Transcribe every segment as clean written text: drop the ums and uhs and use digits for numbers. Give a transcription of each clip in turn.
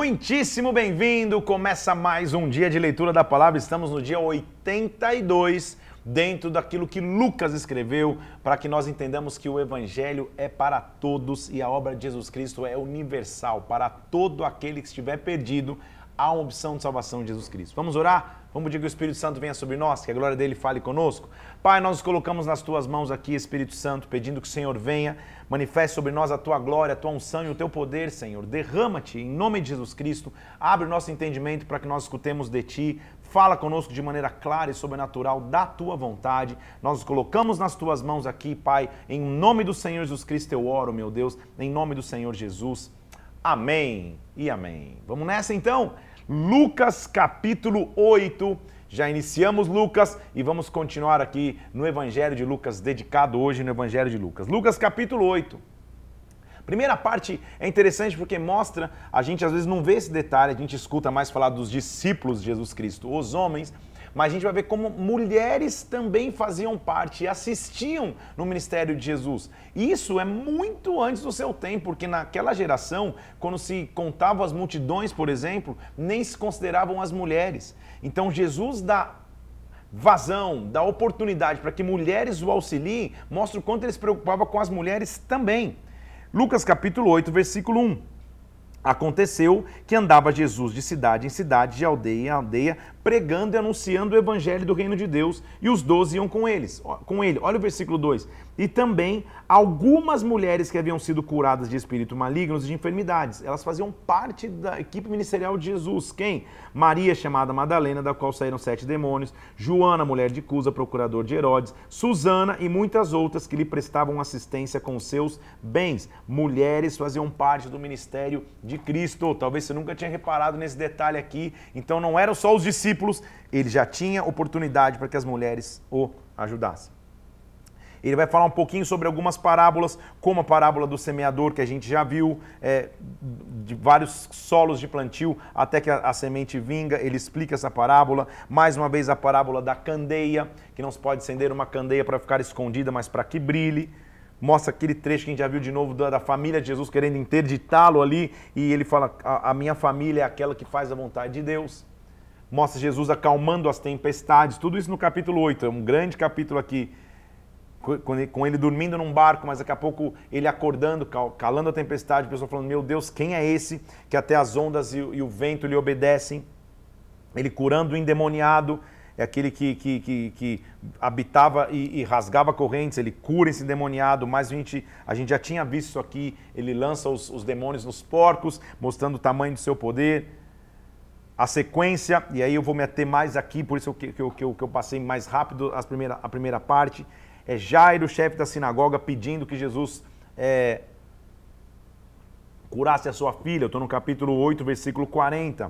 Muitíssimo bem-vindo! Começa mais um dia de leitura da palavra. Estamos no dia 82, dentro daquilo que Lucas escreveu, para que nós entendamos que o Evangelho é para todos e a obra de Jesus Cristo é universal. Para todo aquele que estiver perdido, há uma opção de salvação de Jesus Cristo. Vamos orar? Vamos pedir que o Espírito Santo venha sobre nós, que a glória dele fale conosco. Pai, nós nos colocamos nas tuas mãos aqui, Espírito Santo, pedindo que o Senhor venha, manifeste sobre nós a tua glória, a tua unção e o teu poder, Senhor. Derrama-te em nome de Jesus Cristo, abre o nosso entendimento para que nós escutemos de ti, fala conosco de maneira clara e sobrenatural da tua vontade. Nós nos colocamos nas tuas mãos aqui, Pai, em nome do Senhor Jesus Cristo eu oro, meu Deus, em nome do Senhor Jesus. Amém e amém. Vamos nessa então? Lucas capítulo 8, já iniciamos Lucas e vamos continuar aqui no Evangelho de Lucas, dedicado hoje no Evangelho de Lucas. Lucas capítulo 8. Primeira parte é interessante porque mostra, a gente às vezes não vê esse detalhe, a gente escuta mais falar dos discípulos de Jesus Cristo, os homens, mas a gente vai ver como mulheres também faziam parte e assistiam no ministério de Jesus. Isso é muito antes do seu tempo, porque naquela geração, quando se contavam as multidões, por exemplo, nem se consideravam as mulheres. Então Jesus dá vazão, dá oportunidade para que mulheres o auxiliem, mostra o quanto ele se preocupava com as mulheres também. Lucas capítulo 8, versículo 1. Aconteceu que andava Jesus de cidade em cidade, de aldeia em aldeia, pregando e anunciando o evangelho do reino de Deus, e os 12 iam com ele. Olha o versículo 2. E também algumas mulheres que haviam sido curadas de espíritos malignos e de enfermidades. Elas faziam parte da equipe ministerial de Jesus. Quem? Maria, chamada Madalena, da qual saíram 7 demônios, Joana, mulher de Cusa, procurador de Herodes, Susana e muitas outras que lhe prestavam assistência com seus bens. Mulheres faziam parte do ministério de Cristo. Talvez você nunca tinha reparado nesse detalhe aqui. Então não eram só os discípulos, ele já tinha oportunidade para que as mulheres o ajudassem. Ele vai falar um pouquinho sobre algumas parábolas, como a parábola do semeador, que a gente já viu, de vários solos de plantio, até que a semente vinga. Ele explica essa parábola. Mais uma vez a parábola da candeia, que não se pode acender uma candeia para ficar escondida, mas para que brilhe. Mostra aquele trecho que a gente já viu de novo da família de Jesus querendo interditá-lo ali, e ele fala, a minha família é aquela que faz a vontade de Deus. Mostra Jesus acalmando as tempestades, tudo isso no capítulo 8, é um grande capítulo aqui, com ele dormindo num barco, mas daqui a pouco ele acordando, calando a tempestade, a pessoa falando, meu Deus, quem é esse que até as ondas e o vento lhe obedecem? Ele curando o endemoniado, é aquele que habitava e rasgava correntes, ele cura esse endemoniado, mas a gente já tinha visto isso aqui, ele lança os demônios nos porcos, mostrando o tamanho do seu poder. A sequência, e aí eu vou me ater mais aqui, por isso que eu passei mais rápido a primeira parte, é Jairo, chefe da sinagoga, pedindo que Jesus curasse a sua filha. Eu estou no capítulo 8, versículo 40.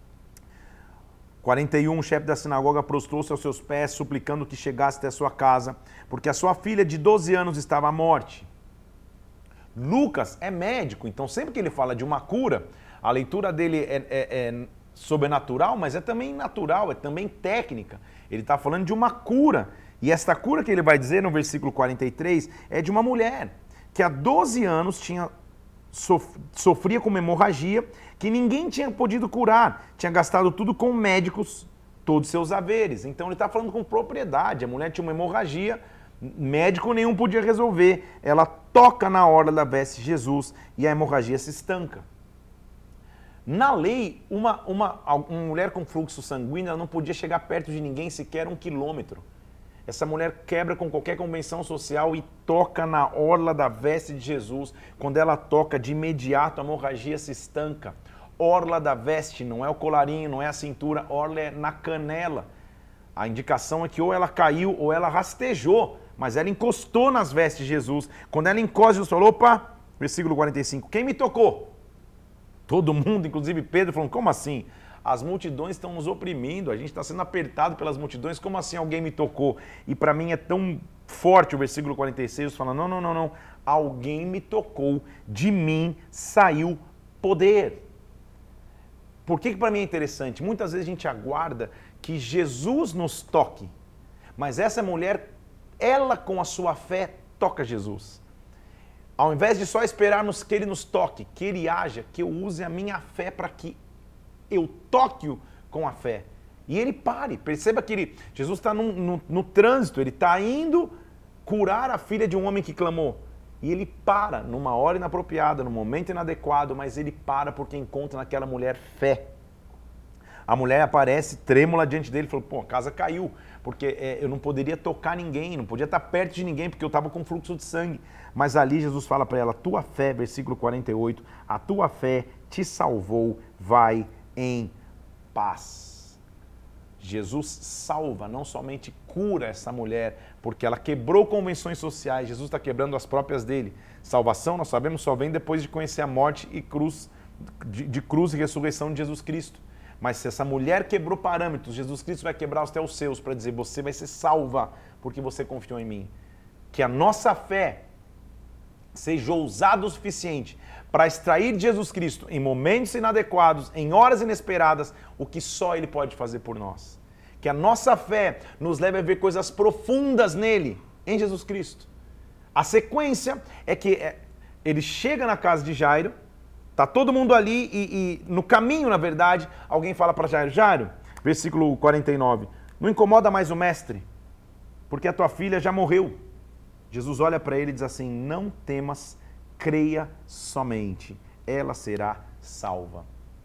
41, o chefe da sinagoga prostrou-se aos seus pés, suplicando que chegasse até a sua casa, porque a sua filha de 12 anos estava à morte. Lucas é médico, então sempre que ele fala de uma cura, a leitura dele é sobrenatural, mas é também natural, é também técnica. Ele está falando de uma cura. E esta cura que ele vai dizer no versículo 43 é de uma mulher que há 12 anos sofria com uma hemorragia que ninguém tinha podido curar. Tinha gastado tudo com médicos, todos os seus haveres. Então ele está falando com propriedade. A mulher tinha uma hemorragia, médico nenhum podia resolver. Ela toca na orla da veste de Jesus e a hemorragia se estanca. Na lei, uma mulher com fluxo sanguíneo ela não podia chegar perto de ninguém sequer 1 quilômetro. Essa mulher quebra com qualquer convenção social e toca na orla da veste de Jesus. Quando ela toca, de imediato a hemorragia se estanca. Orla da veste não é o colarinho, não é a cintura, orla é na canela. A indicação é que ou ela caiu ou ela rastejou, mas ela encostou nas vestes de Jesus. Quando ela encosta, Jesus falou, opa, versículo 45, quem me tocou? Todo mundo, inclusive Pedro, falando, como assim? As multidões estão nos oprimindo, a gente está sendo apertado pelas multidões, como assim alguém me tocou? E para mim é tão forte o versículo 46, fala, não, alguém me tocou, de mim saiu poder. Por que para mim é interessante? Muitas vezes a gente aguarda que Jesus nos toque, mas essa mulher, ela com a sua fé toca Jesus. Ao invés de só esperarmos que Ele nos toque, que Ele haja, que eu use a minha fé para que eu toque-o com a fé. E Ele pare. Perceba que Jesus está no trânsito, Ele está indo curar a filha de um homem que clamou. E Ele para numa hora inapropriada, no momento inadequado, mas Ele para porque encontra naquela mulher fé. A mulher aparece trêmula diante dele e falou, pô, a casa caiu, porque eu não poderia tocar ninguém, não podia estar perto de ninguém, porque eu estava com fluxo de sangue. Mas ali Jesus fala para ela, tua fé, versículo 48, a tua fé te salvou, vai em paz. Jesus salva, não somente cura essa mulher, porque ela quebrou convenções sociais, Jesus está quebrando as próprias dele. Salvação, nós sabemos, só vem depois de conhecer a morte e cruz, de cruz e ressurreição de Jesus Cristo. Mas se essa mulher quebrou parâmetros, Jesus Cristo vai quebrar até os seus para dizer, você vai ser salva porque você confiou em mim. Que a nossa fé seja ousada o suficiente para extrair de Jesus Cristo em momentos inadequados, em horas inesperadas, o que só Ele pode fazer por nós. Que a nossa fé nos leve a ver coisas profundas nele, em Jesus Cristo. A sequência é que ele chega na casa de Jairo, tá todo mundo ali e no caminho, na verdade, alguém fala para Jairo, Jairo, versículo 49, não incomoda mais o mestre, porque a tua filha já morreu. Jesus olha para ele e diz assim, não temas, creia somente, ela será salva.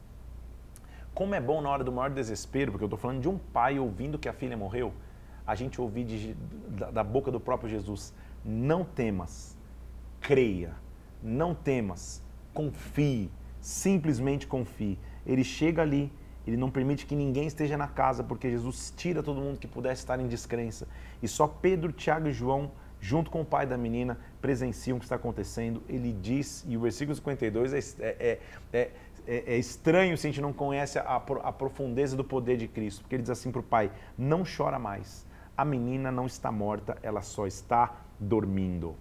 Como é bom na hora do maior desespero, porque eu estou falando de um pai ouvindo que a filha morreu, a gente ouvir da boca do próprio Jesus, não temas, creia, não temas, confie, simplesmente confie. Ele chega ali, ele não permite que ninguém esteja na casa, porque Jesus tira todo mundo que pudesse estar em descrença. E só Pedro, Tiago e João, junto com o pai da menina, presenciam o que está acontecendo. Ele diz, e o versículo 52 é estranho se a gente não conhece a profundeza do poder de Cristo, porque ele diz assim para o pai, não chora mais, a menina não está morta, ela só está dormindo.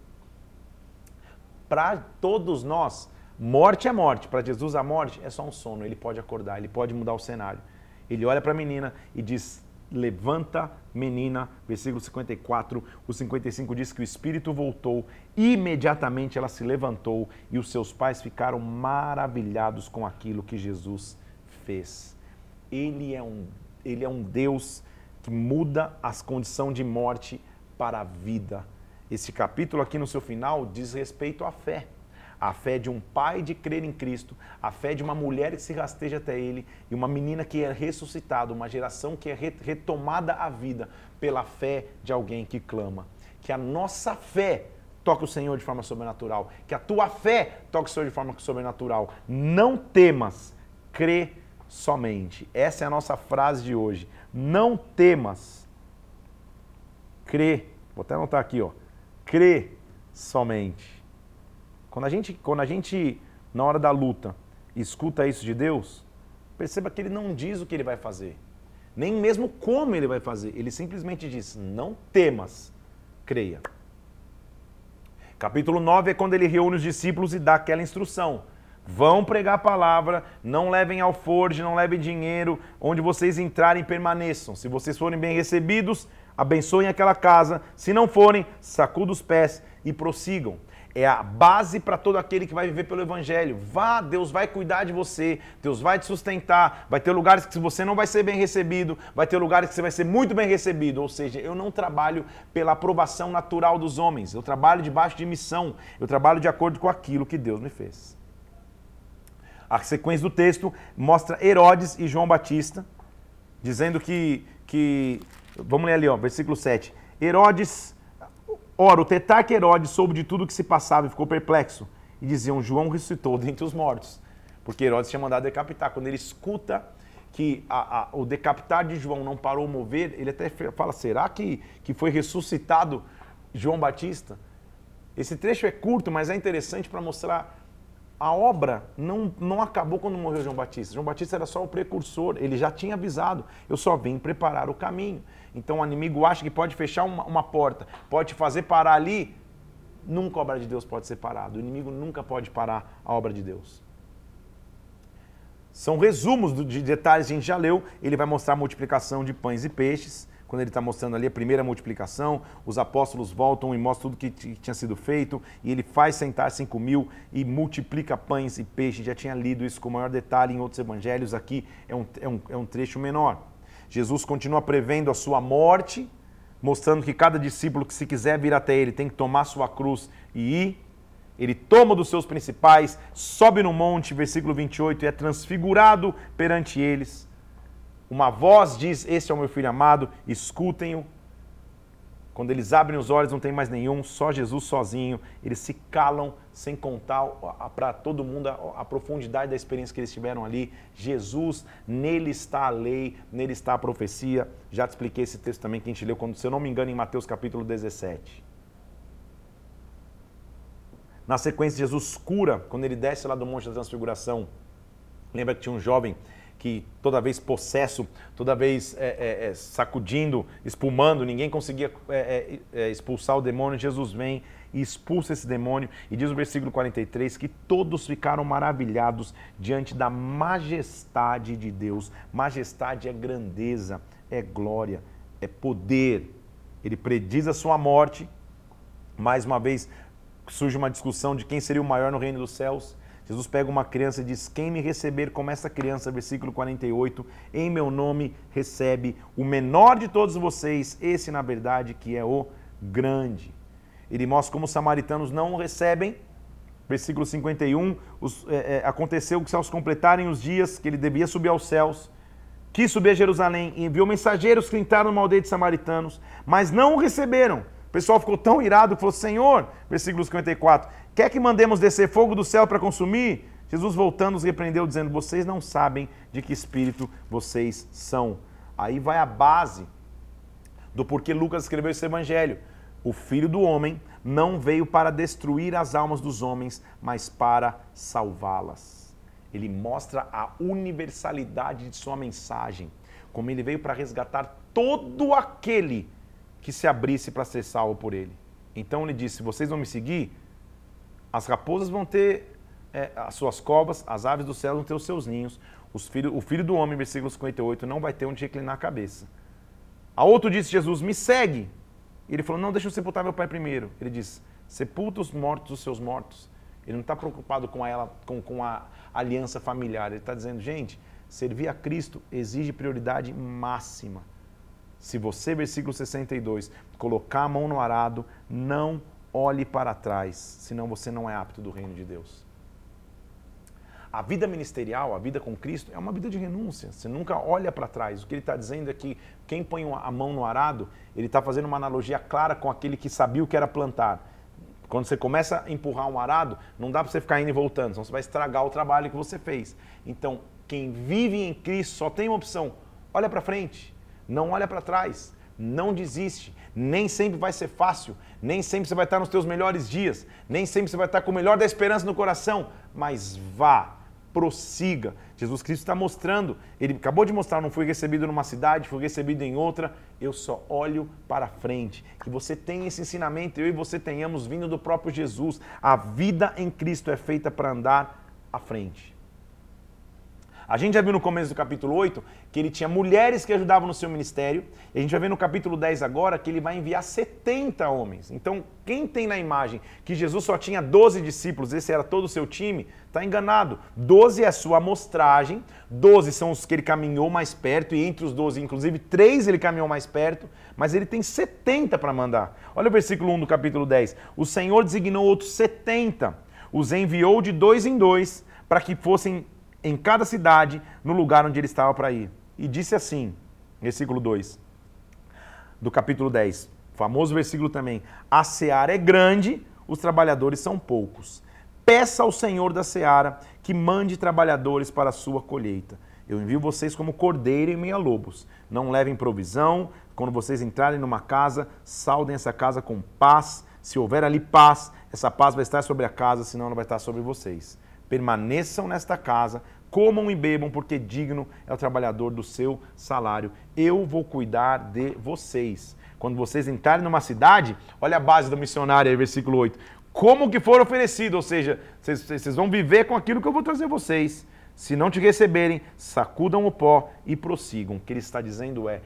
Para todos nós, morte é morte, para Jesus a morte é só um sono, ele pode acordar, ele pode mudar o cenário. Ele olha para a menina e diz, levanta menina, versículo 54, o 55 diz que o espírito voltou, imediatamente ela se levantou e os seus pais ficaram maravilhados com aquilo que Jesus fez. Ele é um Deus que muda as condições de morte para a vida. Esse capítulo aqui no seu final diz respeito à fé. A fé de um pai de crer em Cristo, a fé de uma mulher que se rasteja até Ele e uma menina que é ressuscitada, uma geração que é retomada à vida pela fé de alguém que clama. Que a nossa fé toque o Senhor de forma sobrenatural, que a tua fé toque o Senhor de forma sobrenatural. Não temas, crê somente. Essa é a nossa frase de hoje. Não temas, crê. Vou até anotar aqui, ó. Crê somente. Quando a gente, na hora da luta, escuta isso de Deus, perceba que Ele não diz o que Ele vai fazer, nem mesmo como Ele vai fazer. Ele simplesmente diz, não temas, creia. Capítulo 9 é quando Ele reúne os discípulos e dá aquela instrução. Vão pregar a palavra, não levem alforje, não levem dinheiro, onde vocês entrarem permaneçam. Se vocês forem bem recebidos, abençoem aquela casa. Se não forem, sacudam os pés e prossigam. É a base para todo aquele que vai viver pelo Evangelho. Vá, Deus vai cuidar de você, Deus vai te sustentar, vai ter lugares que você não vai ser bem recebido, vai ter lugares que você vai ser muito bem recebido. Ou seja, eu não trabalho pela aprovação natural dos homens, eu trabalho debaixo de missão, eu trabalho de acordo com aquilo que Deus me fez. A sequência do texto mostra Herodes e João Batista, dizendo que vamos ler ali, ó, versículo 7. Ora, o tetrarca Herodes soube de tudo o que se passava e ficou perplexo. E diziam, João ressuscitou dentre os mortos. Porque Herodes tinha mandado decapitar. Quando ele escuta que o decapitar de João não parou o mover, ele até fala, será que foi ressuscitado João Batista? Esse trecho é curto, mas é interessante para mostrar a obra não acabou quando morreu João Batista. João Batista era só o precursor, ele já tinha avisado, eu só vim preparar o caminho. Então o inimigo acha que pode fechar uma porta, pode te fazer parar ali, nunca a obra de Deus pode ser parada. O inimigo nunca pode parar a obra de Deus. São resumos de detalhes que a gente já leu. Ele vai mostrar a multiplicação de pães e peixes, quando ele está mostrando ali a primeira multiplicação, os apóstolos voltam e mostram tudo que tinha sido feito, e ele faz sentar 5.000 e multiplica pães e peixes. Já tinha lido isso com maior detalhe em outros evangelhos, aqui é um trecho menor. Jesus continua prevendo a sua morte, mostrando que cada discípulo que se quiser vir até ele tem que tomar sua cruz e ir. Ele toma dos seus principais, sobe no monte, versículo 28, e é transfigurado perante eles. Uma voz diz, este é o meu filho amado, escutem-o. Quando eles abrem os olhos não tem mais nenhum, só Jesus sozinho. Eles se calam sem contar para todo mundo a profundidade da experiência que eles tiveram ali. Jesus, nele está a lei, nele está a profecia. Já te expliquei esse texto também que a gente leu, se eu não me engano, em Mateus capítulo 17. Na sequência, Jesus cura, quando ele desce lá do Monte da Transfiguração. Lembra que tinha um jovem que toda vez possesso, toda vez sacudindo, espumando, ninguém conseguia expulsar o demônio. Jesus vem e expulsa esse demônio. E diz o versículo 43 que todos ficaram maravilhados diante da majestade de Deus. Majestade é grandeza, é glória, é poder. Ele prediz a sua morte. Mais uma vez surge uma discussão de quem seria o maior no reino dos céus. Jesus pega uma criança e diz, quem me receber como essa criança, versículo 48, em meu nome recebe o menor de todos vocês, esse na verdade que é o grande. Ele mostra como os samaritanos não o recebem, versículo 51, aconteceu que ao completarem os dias que ele devia subir aos céus, quis subir a Jerusalém e enviou mensageiros que entraram numa aldeia de samaritanos, mas não o receberam. O pessoal ficou tão irado que falou, Senhor, versículo 54, quer que mandemos descer fogo do céu para consumir? Jesus voltando os repreendeu dizendo, vocês não sabem de que espírito vocês são. Aí vai a base do porquê Lucas escreveu esse evangelho. O Filho do Homem não veio para destruir as almas dos homens, mas para salvá-las. Ele mostra a universalidade de sua mensagem, como ele veio para resgatar todo aquele que se abrisse para ser salvo por ele. Então ele disse, se vocês vão me seguir, as raposas vão ter as suas covas, as aves do céu vão ter os seus ninhos, o filho do homem, versículo 58, não vai ter onde reclinar a cabeça. A outro disse Jesus, me segue. E ele falou, não, deixa eu sepultar meu pai primeiro. Ele disse, sepulta os mortos dos seus mortos. Ele não está preocupado com a aliança familiar. Ele está dizendo, gente, servir a Cristo exige prioridade máxima. Se você, versículo 62, colocar a mão no arado, não olhe para trás, senão você não é apto do reino de Deus. A vida ministerial, a vida com Cristo, é uma vida de renúncia. Você nunca olha para trás. O que ele está dizendo é que quem põe a mão no arado, ele está fazendo uma analogia clara com aquele que sabia o que era plantar. Quando você começa a empurrar um arado, não dá para você ficar indo e voltando, senão você vai estragar o trabalho que você fez. Então, quem vive em Cristo só tem uma opção. Olha para frente. Não olha para trás, não desiste, nem sempre vai ser fácil, nem sempre você vai estar nos teus melhores dias, nem sempre você vai estar com o melhor da esperança no coração, mas vá, prossiga. Jesus Cristo está mostrando, ele acabou de mostrar, não fui recebido numa cidade, fui recebido em outra, eu só olho para frente. Que você tenha esse ensinamento, eu e você tenhamos vindo do próprio Jesus. A vida em Cristo é feita para andar à frente. A gente já viu no começo do capítulo 8 que ele tinha mulheres que ajudavam no seu ministério. E a gente vai ver no capítulo 10 agora que ele vai enviar 70 homens. Então, quem tem na imagem que Jesus só tinha 12 discípulos, esse era todo o seu time, está enganado. 12 é a sua amostragem, 12 são os que ele caminhou mais perto, e entre os 12, inclusive, 3 ele caminhou mais perto, mas ele tem 70 para mandar. Olha o versículo 1 do capítulo 10. O Senhor designou outros 70, os enviou de 2 em 2 para que fossem em cada cidade, no lugar onde ele estava para ir. E disse assim, versículo 2, do capítulo 10, famoso versículo também, a seara é grande, os trabalhadores são poucos. Peça ao Senhor da seara que mande trabalhadores para a sua colheita. Eu envio vocês como cordeiro em meio a lobos. Não levem provisão, quando vocês entrarem numa casa, saudem essa casa com paz. Se houver ali paz, essa paz vai estar sobre a casa, senão ela vai estar sobre vocês. Permaneçam nesta casa, comam e bebam, porque digno é o trabalhador do seu salário. Eu vou cuidar de vocês. Quando vocês entrarem numa cidade, olha a base do missionário aí, versículo 8. Como que for oferecido, ou seja, vocês vão viver com aquilo que eu vou trazer vocês. Se não te receberem, sacudam o pó e prossigam. O que ele está dizendo é,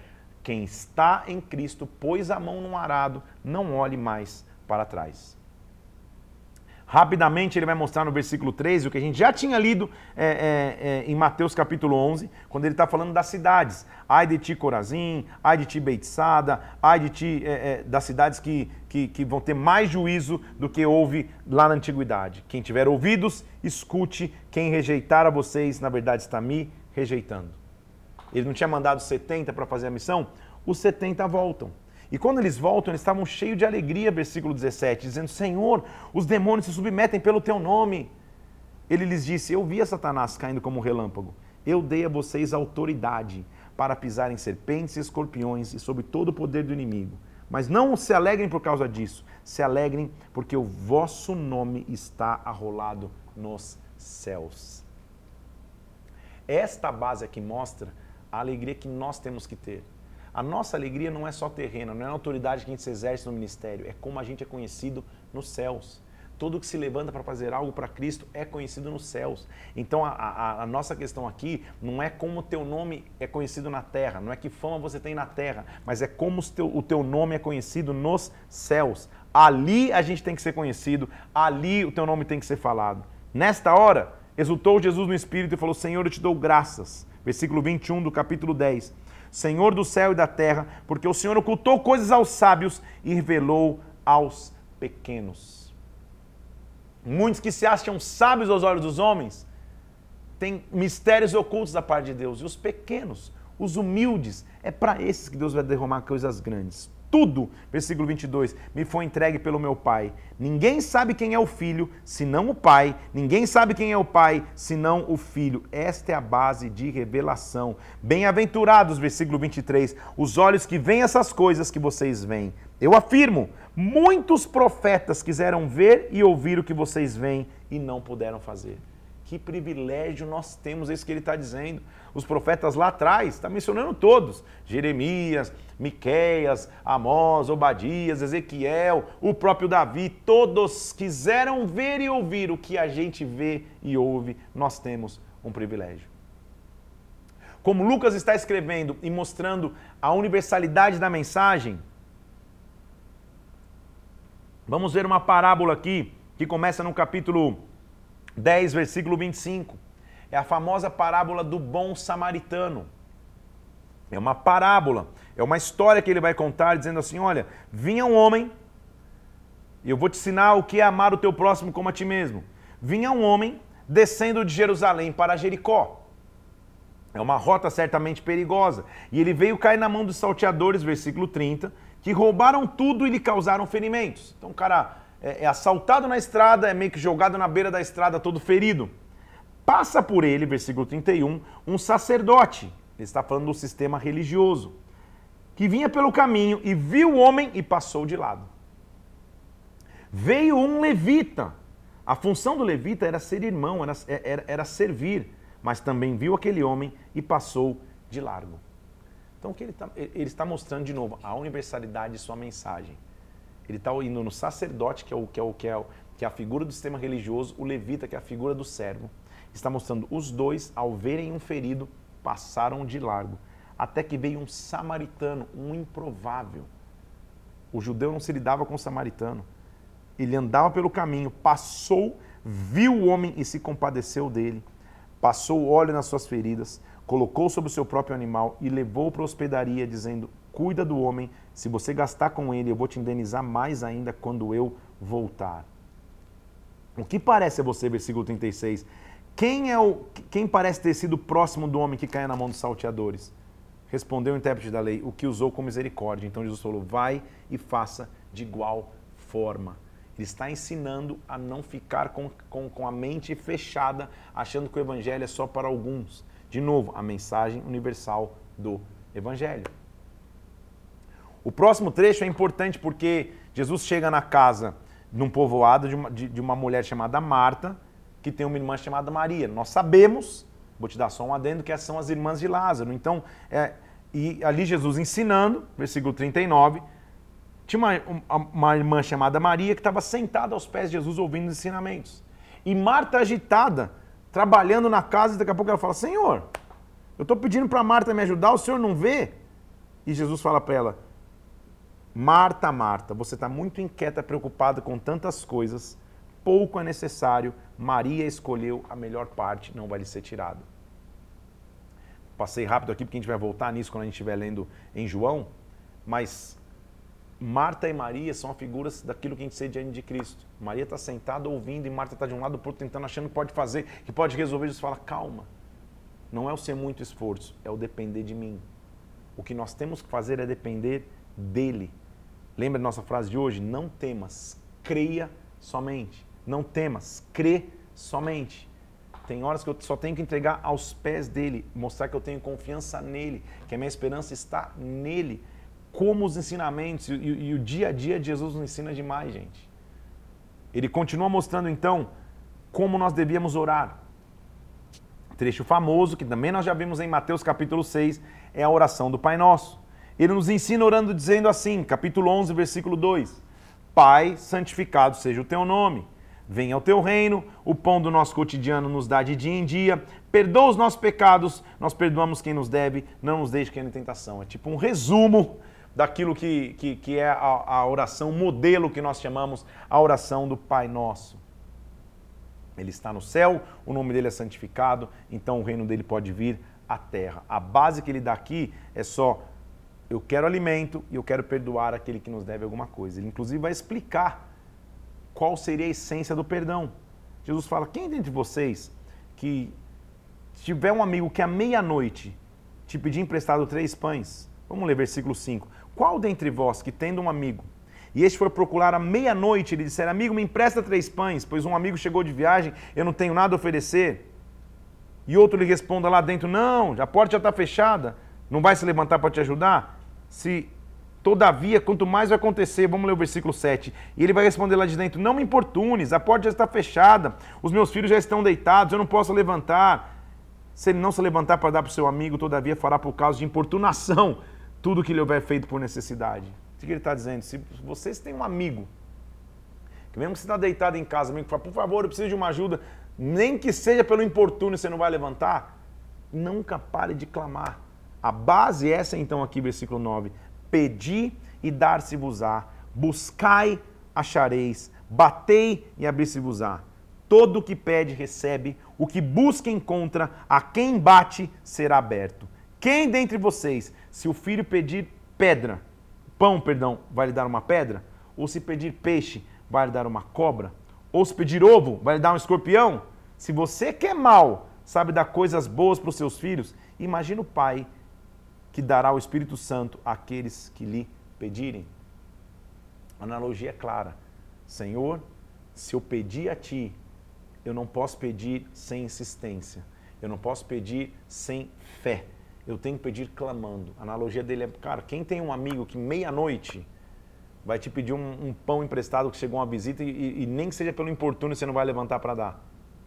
Quem está em Cristo, pôs a mão no arado, não olhe mais para trás. Rapidamente ele vai mostrar no versículo 13 o que a gente já tinha lido em Mateus capítulo 11, quando ele está falando das cidades. Ai de ti Corazim, ai de ti Beitsada, ai de ti das cidades que vão ter mais juízo do que houve lá na antiguidade. Quem tiver ouvidos, escute. Quem rejeitar a vocês, na verdade está me rejeitando. Ele não tinha mandado 70 para fazer a missão? Os 70 voltam. E quando eles voltam, eles estavam cheios de alegria, versículo 17, dizendo, Senhor, os demônios se submetem pelo teu nome. Ele lhes disse, eu vi a Satanás caindo como um relâmpago. Eu dei a vocês autoridade para pisar em serpentes e escorpiões e sobre todo o poder do inimigo. Mas não se alegrem por causa disso, se alegrem porque o vosso nome está arrolado nos céus. Esta base aqui mostra a alegria que nós temos que ter. A nossa alegria não é só terrena, não é a autoridade que a gente se exerce no ministério, é como a gente é conhecido nos céus. Todo que se levanta para fazer algo para Cristo é conhecido nos céus. Então a nossa questão aqui não é como o teu nome é conhecido na terra, não é que fama você tem na terra, mas é como o teu nome é conhecido nos céus. Ali a gente tem que ser conhecido, ali o teu nome tem que ser falado. Nesta hora, exultou Jesus no Espírito e falou, Senhor, eu te dou graças. Versículo 21 do capítulo 10. Senhor do céu e da terra, porque o Senhor ocultou coisas aos sábios e revelou aos pequenos. Muitos que se acham sábios aos olhos dos homens, têm mistérios ocultos da parte de Deus. E os pequenos, os humildes, é para esses que Deus vai derramar coisas grandes. Tudo, versículo 22, me foi entregue pelo meu Pai. Ninguém sabe quem é o Filho, senão o Pai. Ninguém sabe quem é o Pai, senão o Filho. Esta é a base de revelação. Bem-aventurados, versículo 23, os olhos que veem essas coisas que vocês veem. Eu afirmo, muitos profetas quiseram ver e ouvir o que vocês veem e não puderam fazer. Que privilégio nós temos, é isso que ele está dizendo. Os profetas lá atrás, está mencionando todos. Jeremias, Miqueias, Amós, Obadias, Ezequiel, o próprio Davi, todos quiseram ver e ouvir o que a gente vê e ouve. Nós temos um privilégio. Como Lucas está escrevendo e mostrando a universalidade da mensagem, vamos ver uma parábola aqui, que começa no capítulo 10, versículo 25. É a famosa parábola do bom samaritano. É uma parábola, é uma história que ele vai contar, dizendo assim, olha, vinha um homem, e eu vou te ensinar o que é amar o teu próximo como a ti mesmo. Vinha um homem descendo de Jerusalém para Jericó. É uma rota certamente perigosa. E ele veio cair na mão dos salteadores, versículo 30, que roubaram tudo e lhe causaram ferimentos. Então o cara é assaltado na estrada, é meio que jogado na beira da estrada todo ferido. Passa por ele, versículo 31, um sacerdote, ele está falando do sistema religioso, que vinha pelo caminho e viu o homem e passou de lado. Veio um levita. A função do levita era ser irmão, era servir, mas também viu aquele homem e passou de largo. Então o que ele está mostrando de novo? A universalidade de sua mensagem. Ele está indo no sacerdote, que é a figura do sistema religioso, o levita, que é a figura do servo. Está mostrando os dois, ao verem um ferido, passaram de largo. Até que veio um samaritano, um improvável. O judeu não se lidava com o samaritano. Ele andava pelo caminho, passou, viu o homem e se compadeceu dele. Passou óleo nas suas feridas, colocou sobre o seu próprio animal e levou para a hospedaria, dizendo, cuida do homem, se você gastar com ele, eu vou te indenizar mais ainda quando eu voltar. O que parece a você, versículo 36? Quem parece ter sido próximo do homem que caiu na mão dos salteadores? Respondeu o intérprete da lei, o que usou com misericórdia. Então Jesus falou, vai e faça de igual forma. Ele está ensinando a não ficar com a mente fechada, achando que o evangelho é só para alguns. De novo, a mensagem universal do evangelho. O próximo trecho é importante porque Jesus chega na casa num povoado de uma mulher chamada Marta, que tem uma irmã chamada Maria. Nós sabemos, vou te dar só um adendo, que essas são as irmãs de Lázaro. Então, e ali Jesus ensinando, versículo 39, tinha uma irmã chamada Maria que estava sentada aos pés de Jesus ouvindo os ensinamentos. E Marta agitada, trabalhando na casa, e daqui a pouco ela fala, Senhor, eu estou pedindo para Marta me ajudar, o Senhor não vê? E Jesus fala para ela, Marta, Marta, você está muito inquieta, preocupada com tantas coisas, pouco é necessário, Maria escolheu a melhor parte, não vai lhe ser tirado. Passei rápido aqui porque a gente vai voltar nisso quando a gente estiver lendo em João, mas Marta e Maria são figuras daquilo que a gente sê diante de Cristo. Maria está sentada ouvindo e Marta está de um lado pro outro tentando, achando que pode fazer, que pode resolver. Jesus fala, calma, não é o ser muito esforço, é o depender de mim. O que nós temos que fazer é depender dele. Lembra da nossa frase de hoje? Não temas, creia somente. Não temas, crê somente. Tem horas que eu só tenho que entregar aos pés dele, mostrar que eu tenho confiança nele, que a minha esperança está nele. Como os ensinamentos e o dia a dia de Jesus nos ensina demais, gente. Ele continua mostrando então como nós devíamos orar. Trecho famoso, que também nós já vimos em Mateus capítulo 6, é a oração do Pai Nosso. Ele nos ensina orando dizendo assim, capítulo 11, versículo 2. Pai, santificado seja o teu nome. Venha o teu reino, o pão do nosso cotidiano nos dá de dia em dia. Perdoa os nossos pecados, nós perdoamos quem nos deve, não nos deixe cair em tentação. É tipo um resumo daquilo que é a oração modelo que nós chamamos a oração do Pai Nosso. Ele está no céu, o nome dele é santificado, então o reino dele pode vir à terra. A base que ele dá aqui é só, eu quero alimento e eu quero perdoar aquele que nos deve alguma coisa. Ele inclusive vai explicar qual seria a essência do perdão. Jesus fala, quem dentre vocês que tiver um amigo que à meia-noite te pedir emprestado 3 pães, vamos ler versículo 5, qual dentre vós que tendo um amigo, e este for procurar à meia-noite, ele disser, amigo, me empresta 3 pães, pois um amigo chegou de viagem, eu não tenho nada a oferecer, e outro lhe responda lá dentro, não, a porta já está fechada, não vai se levantar para te ajudar? Se todavia, quanto mais vai acontecer, vamos ler o versículo 7, e ele vai responder lá de dentro, não me importunes, a porta já está fechada, os meus filhos já estão deitados, eu não posso levantar. Se ele não se levantar para dar para o seu amigo, todavia fará por causa de importunação tudo que lhe houver feito por necessidade. O que ele está dizendo? Se vocês têm um amigo, que mesmo que você está deitado em casa, amigo fala, por favor, eu preciso de uma ajuda, nem que seja pelo importuno você não vai levantar, nunca pare de clamar. A base é essa então aqui, versículo 9. Pedi e dar-se-vos-á, buscai, achareis, batei e abrir-se-vos-á. Todo o que pede, recebe, o que busca, encontra, a quem bate, será aberto. Quem dentre vocês, se o filho pedir pão, vai lhe dar uma pedra? Ou se pedir peixe, vai lhe dar uma cobra? Ou se pedir ovo, vai lhe dar um escorpião? Se você que é mau, sabe dar coisas boas para os seus filhos, imagina o Pai que dará o Espírito Santo àqueles que lhe pedirem. A analogia é clara. Senhor, se eu pedir a Ti, eu não posso pedir sem insistência. Eu não posso pedir sem fé. Eu tenho que pedir clamando. A analogia dele é, cara, quem tem um amigo que meia-noite vai te pedir um pão emprestado que chegou uma visita e nem que seja pelo importuno você não vai levantar para dar.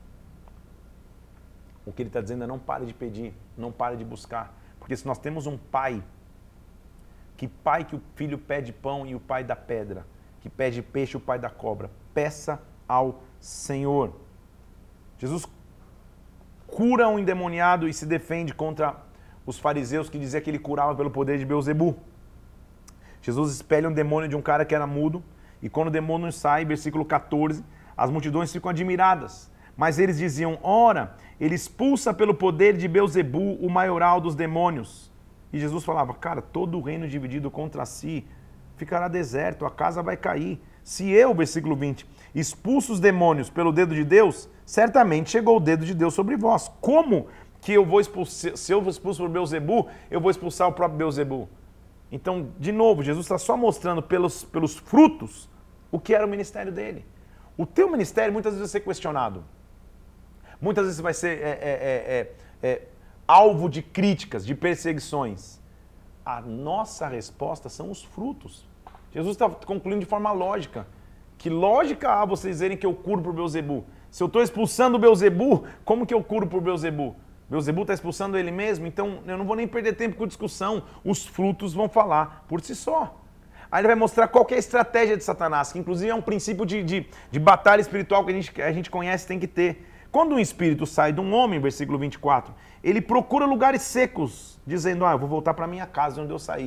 O que ele está dizendo é não pare de pedir, não pare de buscar. Porque se nós temos um pai que o filho pede pão e o pai dá pedra, que pede peixe e o pai dá cobra, peça ao Senhor. Jesus cura um endemoniado e se defende contra os fariseus que diziam que ele curava pelo poder de Beelzebu. Jesus expele um demônio de um cara que era mudo e quando o demônio sai, versículo 14, as multidões ficam admiradas. Mas eles diziam, ora, ele expulsa pelo poder de Beelzebu o maioral dos demônios. E Jesus falava, cara, todo o reino dividido contra si ficará deserto, a casa vai cair. Se eu, versículo 20, expulso os demônios pelo dedo de Deus, certamente chegou o dedo de Deus sobre vós. Como que eu vou expulsar, se eu expulso por Beelzebu, eu vou expulsar o próprio Beelzebu? Então, de novo, Jesus está só mostrando pelos frutos o que era o ministério dele. O teu ministério muitas vezes vai ser questionado. Muitas vezes vai ser alvo de críticas, de perseguições. A nossa resposta são os frutos. Jesus está concluindo de forma lógica. Que lógica há vocês dizerem que eu curo por Beelzebu? Se eu estou expulsando o Beelzebu, como que eu curo por Beelzebu? Beelzebu está expulsando ele mesmo? Então eu não vou nem perder tempo com discussão. Os frutos vão falar por si só. Aí ele vai mostrar qual que é a estratégia de Satanás, que inclusive é um princípio de batalha espiritual que a gente conhece, tem que ter. Quando um espírito sai de um homem, versículo 24, ele procura lugares secos, dizendo, eu vou voltar para minha casa onde eu saí.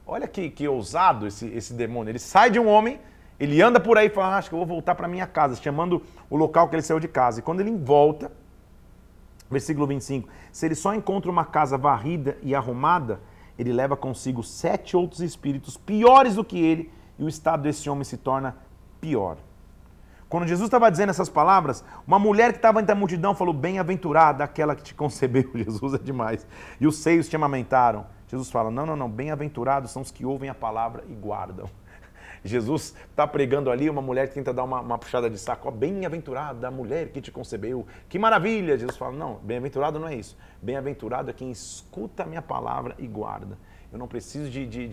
Olha que ousado esse demônio. Ele sai de um homem, ele anda por aí e fala, acho que eu vou voltar para minha casa, chamando o local que ele saiu de casa. E quando ele volta, versículo 25, se ele só encontra uma casa varrida e arrumada, ele leva consigo 7 outros espíritos piores do que ele, e o estado desse homem se torna pior. Quando Jesus estava dizendo essas palavras, uma mulher que estava entre a multidão falou, bem-aventurada aquela que te concebeu. Jesus é demais. E os seios te amamentaram. Jesus fala, não, bem-aventurados são os que ouvem a palavra e guardam. Jesus está pregando ali, uma mulher que tenta dar uma puxada de saco, bem-aventurada a mulher que te concebeu, que maravilha. Jesus fala, não, bem-aventurado não é isso. Bem-aventurado é quem escuta a minha palavra e guarda. Eu não preciso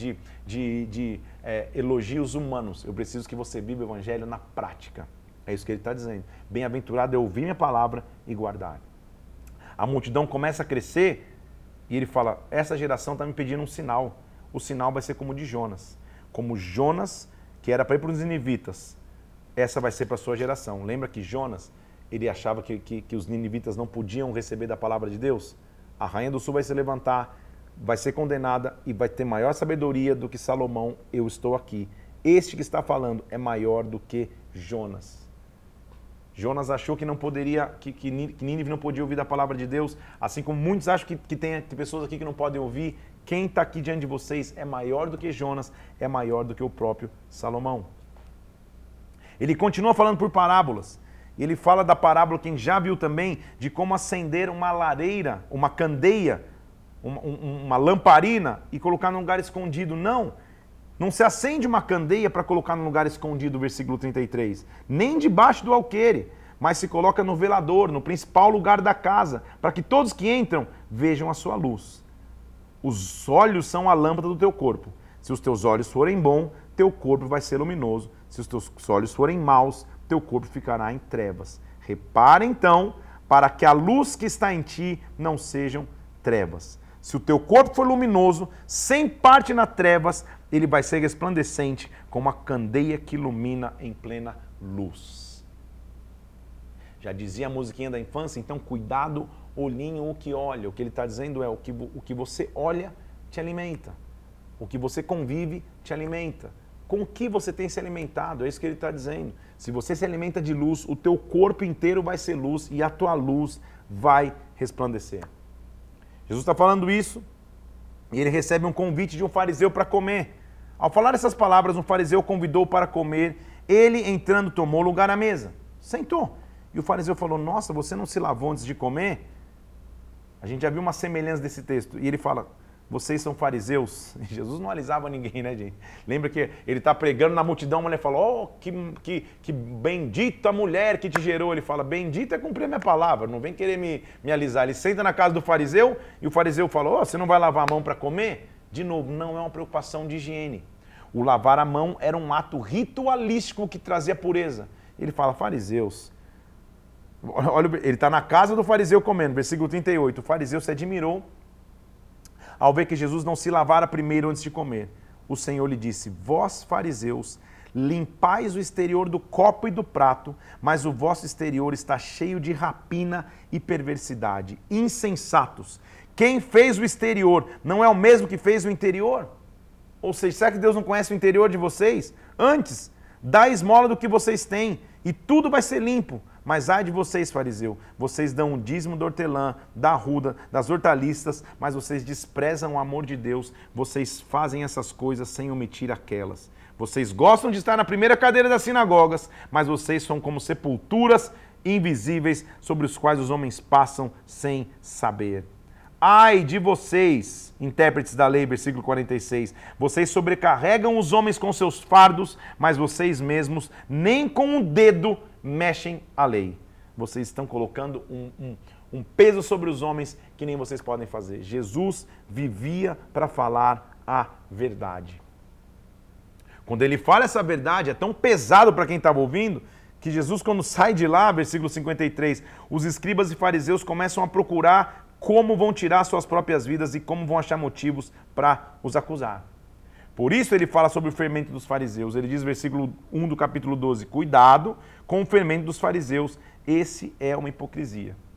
de elogios humanos, eu preciso que você viva o evangelho na prática. É isso que ele está dizendo. Bem-aventurado é ouvir minha palavra e guardar. A multidão começa a crescer e ele fala, essa geração está me pedindo um sinal. O sinal vai ser como o de Jonas. Como Jonas, que era para ir para os ninivitas, essa vai ser para a sua geração. Lembra que Jonas, ele achava que os ninivitas não podiam receber da palavra de Deus? A rainha do sul vai se levantar, vai ser condenada e vai ter maior sabedoria do que Salomão. Eu estou aqui. Este que está falando é maior do que Jonas. Jonas achou que não poderia, que Nínive não podia ouvir da palavra de Deus, assim como muitos acham que tem pessoas aqui que não podem ouvir. Quem está aqui diante de vocês é maior do que Jonas, é maior do que o próprio Salomão. Ele continua falando por parábolas. Ele fala da parábola, quem já viu também, de como acender uma lareira, uma candeia, uma lamparina e colocar num lugar escondido. Não se acende uma candeia para colocar num lugar escondido, versículo 33. Nem debaixo do alqueire, mas se coloca no velador, no principal lugar da casa, para que todos que entram vejam a sua luz. Os olhos são a lâmpada do teu corpo. Se os teus olhos forem bons, teu corpo vai ser luminoso. Se os teus olhos forem maus, teu corpo ficará em trevas. Repara então, para que a luz que está em ti não sejam trevas. Se o teu corpo for luminoso, sem parte nas trevas, ele vai ser resplandecente como a candeia que ilumina em plena luz. Já dizia a musiquinha da infância, então cuidado, olhinho, o que olha. O que ele está dizendo é o que você olha te alimenta. O que você convive te alimenta. Com o que você tem se alimentado? É isso que ele está dizendo. Se você se alimenta de luz, o teu corpo inteiro vai ser luz e a tua luz vai resplandecer. Jesus está falando isso e ele recebe um convite de um fariseu para comer. Ao falar essas palavras, um fariseu convidou para comer. Ele, entrando, tomou lugar à mesa. Sentou. E o fariseu falou, nossa, você não se lavou antes de comer? A gente já viu uma semelhança desse texto. E ele fala, vocês são fariseus? E Jesus não alisava ninguém, né, gente? Lembra que ele está pregando na multidão, a mulher fala, que bendita mulher que te gerou. Ele fala, bendita é cumprir a minha palavra, não vem querer me alisar. Ele senta na casa do fariseu e o fariseu fala, você não vai lavar a mão para comer? De novo, não é uma preocupação de higiene. O lavar a mão era um ato ritualístico que trazia pureza. Ele fala, fariseus, olha, ele está na casa do fariseu comendo, versículo 38, o fariseu se admirou ao ver que Jesus não se lavara primeiro antes de comer. O Senhor lhe disse, vós fariseus, limpais o exterior do copo e do prato, mas o vosso exterior está cheio de rapina e perversidade. Insensatos! Quem fez o exterior não é o mesmo que fez o interior? Ou seja, será que Deus não conhece o interior de vocês? Antes, dá esmola do que vocês têm e tudo vai ser limpo. Mas ai de vocês, fariseu, vocês dão o dízimo da hortelã, da arruda, das hortaliças, mas vocês desprezam o amor de Deus, vocês fazem essas coisas sem omitir aquelas. Vocês gostam de estar na primeira cadeira das sinagogas, mas vocês são como sepulturas invisíveis sobre os quais os homens passam sem saber. Ai de vocês, intérpretes da lei, versículo 46, vocês sobrecarregam os homens com seus fardos, mas vocês mesmos nem com o dedo mexem a lei. Vocês estão colocando um peso sobre os homens que nem vocês podem fazer. Jesus vivia para falar a verdade. Quando ele fala essa verdade, é tão pesado para quem estava ouvindo, que Jesus, quando sai de lá, versículo 53, os escribas e fariseus começam a procurar como vão tirar suas próprias vidas e como vão achar motivos para os acusar. Por isso ele fala sobre o fermento dos fariseus. Ele diz, versículo 1 do capítulo 12, cuidado com o fermento dos fariseus, esse é uma hipocrisia.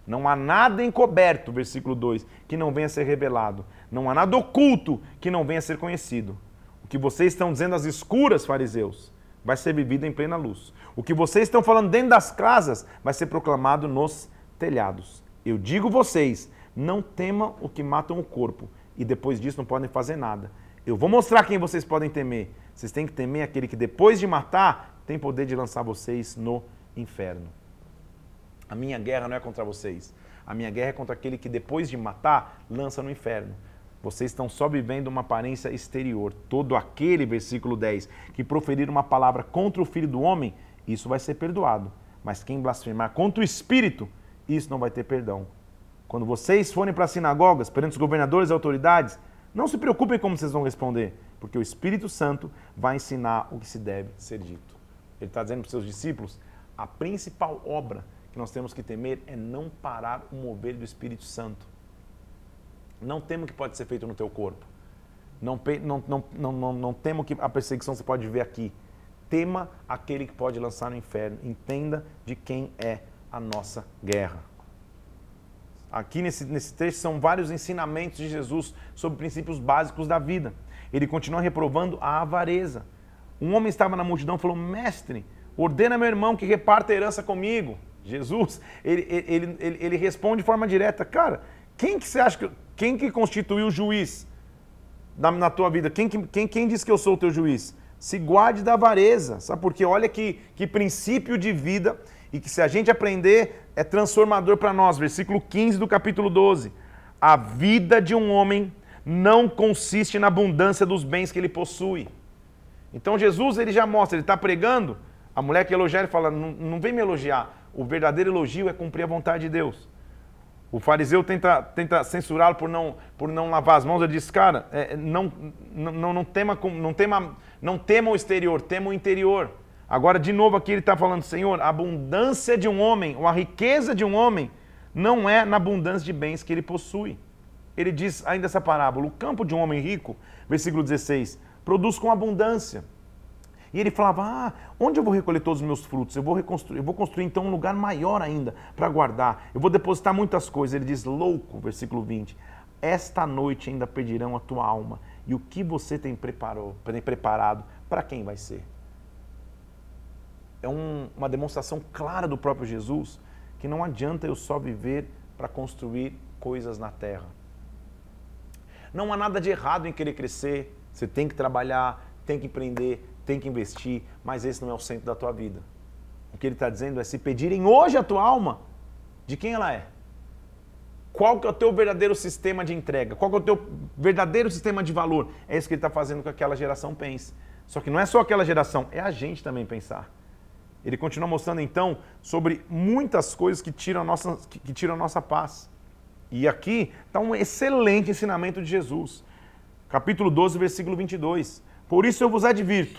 Não há nada encoberto, versículo 2, que não venha a ser revelado. Não há nada oculto que não venha a ser conhecido. O que vocês estão dizendo às escuras, fariseus, vai ser vivido em plena luz. O que vocês estão falando dentro das casas vai ser proclamado nos telhados. Eu digo vocês, não temam o que matam o corpo e depois disso não podem fazer nada. Eu vou mostrar quem vocês podem temer. Vocês têm que temer aquele que depois de matar tem poder de lançar vocês no inferno. A minha guerra não é contra vocês. A minha guerra é contra aquele que depois de matar lança no inferno. Vocês estão só vivendo uma aparência exterior. Todo aquele, versículo 10, que proferir uma palavra contra o Filho do Homem, isso vai ser perdoado. Mas quem blasfemar contra o Espírito, isso não vai ter perdão. Quando vocês forem para as sinagogas, perante os governadores e autoridades, não se preocupem como vocês vão responder, porque o Espírito Santo vai ensinar o que se deve ser dito. Ele está dizendo para os seus discípulos, a principal obra que nós temos que temer é não parar o mover do Espírito Santo. Não temo o que pode ser feito no teu corpo. Não temo que a perseguição você pode ver aqui. Tema aquele que pode lançar no inferno. Entenda de quem é a nossa guerra. Aqui nesse texto são vários ensinamentos de Jesus sobre princípios básicos da vida. Ele continua reprovando a avareza. Um homem estava na multidão e falou, mestre, ordena meu irmão que reparta a herança comigo. Jesus, ele responde de forma direta, cara, quem que você acha quem que constituiu o juiz na tua vida? Quem diz que eu sou o teu juiz? Se guarde da avareza, sabe por quê? Olha que princípio de vida e que se a gente aprender é transformador para nós. Versículo 15 do capítulo 12. A vida de um homem não consiste na abundância dos bens que ele possui. Então Jesus, ele já mostra, ele está pregando, a mulher que elogia, ele fala, não vem me elogiar. O verdadeiro elogio é cumprir a vontade de Deus. O fariseu tenta censurá-lo por não lavar as mãos. Ele diz, cara, não tema o exterior, tema o interior. Agora, de novo aqui ele está falando, Senhor, a abundância de um homem, ou a riqueza de um homem, não é na abundância de bens que ele possui. Ele diz ainda essa parábola, o campo de um homem rico, versículo 16, produz com abundância. E ele falava, onde eu vou recolher todos os meus frutos? Eu vou construir então um lugar maior ainda para guardar. Eu vou depositar muitas coisas. Ele diz, louco, versículo 20, esta noite ainda pedirão a tua alma. E o que você tem preparado, para quem vai ser? É uma demonstração clara do próprio Jesus que não adianta eu só viver para construir coisas na terra. Não há nada de errado em querer crescer. Você tem que trabalhar, tem que empreender, tem que investir, mas esse não é o centro da tua vida. O que ele está dizendo é, se pedirem hoje a tua alma, de quem ela é? Qual que é o teu verdadeiro sistema de entrega? Qual que é o teu verdadeiro sistema de valor? É isso que ele está fazendo com que aquela geração pense. Só que não é só aquela geração, é a gente também pensar. Ele continua mostrando então sobre muitas coisas que tiram a nossa paz. E aqui está um excelente ensinamento de Jesus. Capítulo 12, versículo 22. Por isso eu vos advirto,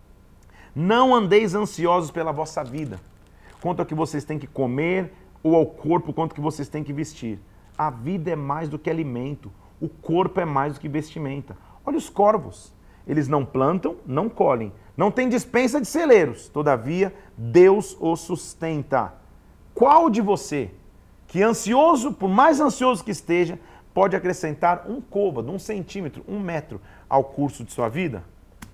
não andeis ansiosos pela vossa vida, quanto ao que vocês têm que comer, ou ao corpo, quanto ao que vocês têm que vestir. A vida é mais do que alimento, o corpo é mais do que vestimenta. Olha os corvos, eles não plantam, não colhem, não têm despensa de celeiros, todavia Deus os sustenta. Qual de você, que ansioso, por mais ansioso que esteja, pode acrescentar um côvado, 1 centímetro, 1 metro ao curso de sua vida?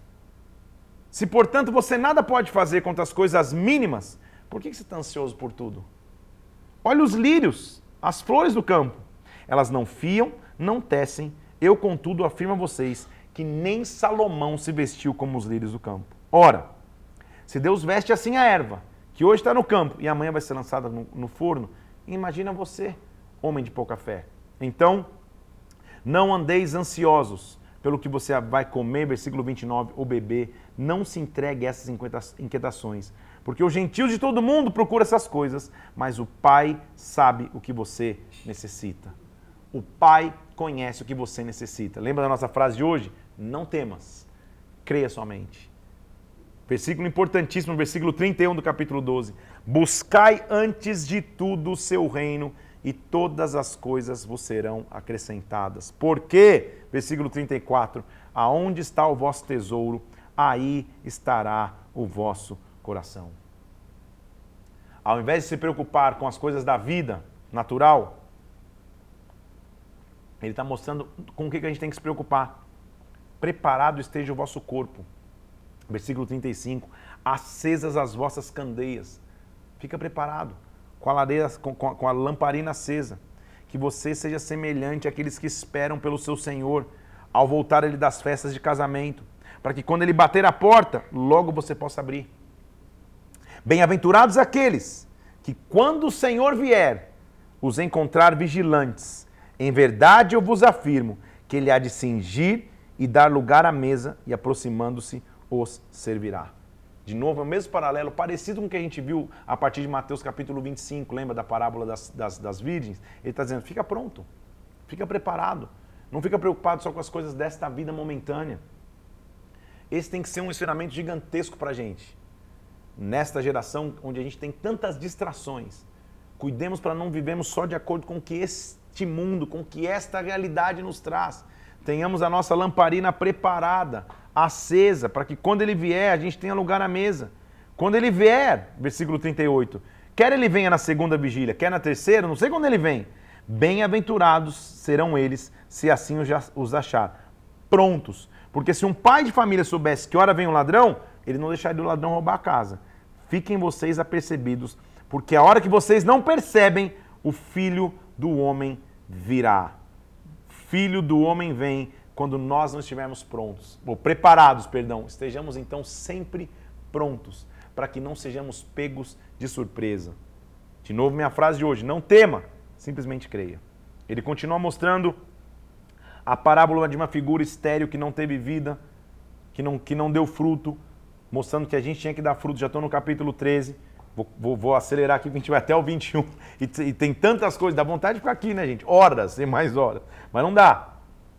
Se, portanto, você nada pode fazer contra as coisas mínimas, por que você está ansioso por tudo? Olha os lírios, as flores do campo. Elas não fiam, não tecem. Eu, contudo, afirmo a vocês que nem Salomão se vestiu como os lírios do campo. Ora, se Deus veste assim a erva, que hoje está no campo e amanhã vai ser lançada no forno, imagina você, homem de pouca fé. Então, não andeis ansiosos pelo que você vai comer, versículo 29, ou beber, não se entregue a essas inquietações, porque os gentios de todo mundo procuram essas coisas, mas o Pai sabe o que você necessita. O Pai conhece o que você necessita. Lembra da nossa frase de hoje? Não temas, creia somente. Versículo importantíssimo, versículo 31 do capítulo 12. Buscai antes de tudo o seu reino e todas as coisas vos serão acrescentadas. Porque, versículo 34, aonde está o vosso tesouro, aí estará o vosso coração. Ao invés de se preocupar com as coisas da vida, natural, ele está mostrando com o que a gente tem que se preocupar. Preparado esteja o vosso corpo. Versículo 35. Acesas as vossas candeias. Fica preparado. Com a lamparina acesa. Que você seja semelhante àqueles que esperam pelo seu Senhor, ao voltar ele das festas de casamento. Para que quando ele bater a porta, logo você possa abrir. Bem-aventurados aqueles que, quando o Senhor vier, os encontrar vigilantes. Em verdade eu vos afirmo que ele há de cingir e dar lugar à mesa, e aproximando-se os servirá. De novo, é o mesmo paralelo, parecido com o que a gente viu a partir de Mateus capítulo 25, lembra da parábola das virgens? Ele está dizendo, fica pronto, fica preparado, não fica preocupado só com as coisas desta vida momentânea. Esse tem que ser um ensinamento gigantesco para a gente. Nesta geração onde a gente tem tantas distrações, cuidemos para não vivermos só de acordo com o que este mundo, com o que esta realidade nos traz. Tenhamos a nossa lamparina preparada, acesa, para que quando ele vier, a gente tenha lugar à mesa. Quando ele vier, versículo 38, quer ele venha na segunda vigília, quer na terceira, não sei quando ele vem. Bem-aventurados serão eles, se assim os achar, prontos. Porque se um pai de família soubesse que hora vem um ladrão, ele não deixaria o ladrão roubar a casa. Fiquem vocês apercebidos, porque a hora que vocês não percebem, o Filho do Homem virá. Filho do Homem vem quando nós não estivermos prontos, ou preparados, perdão. Estejamos então sempre prontos, para que não sejamos pegos de surpresa. De novo, minha frase de hoje, não tema, simplesmente creia. Ele continua mostrando a parábola de uma figura estéril que não teve vida, que não deu fruto, mostrando que a gente tinha que dar fruto. Já estou no capítulo 13, vou acelerar aqui, a gente vai até o 21. E tem tantas coisas, dá vontade de ficar aqui, né, gente? Horas e mais horas. Mas não dá.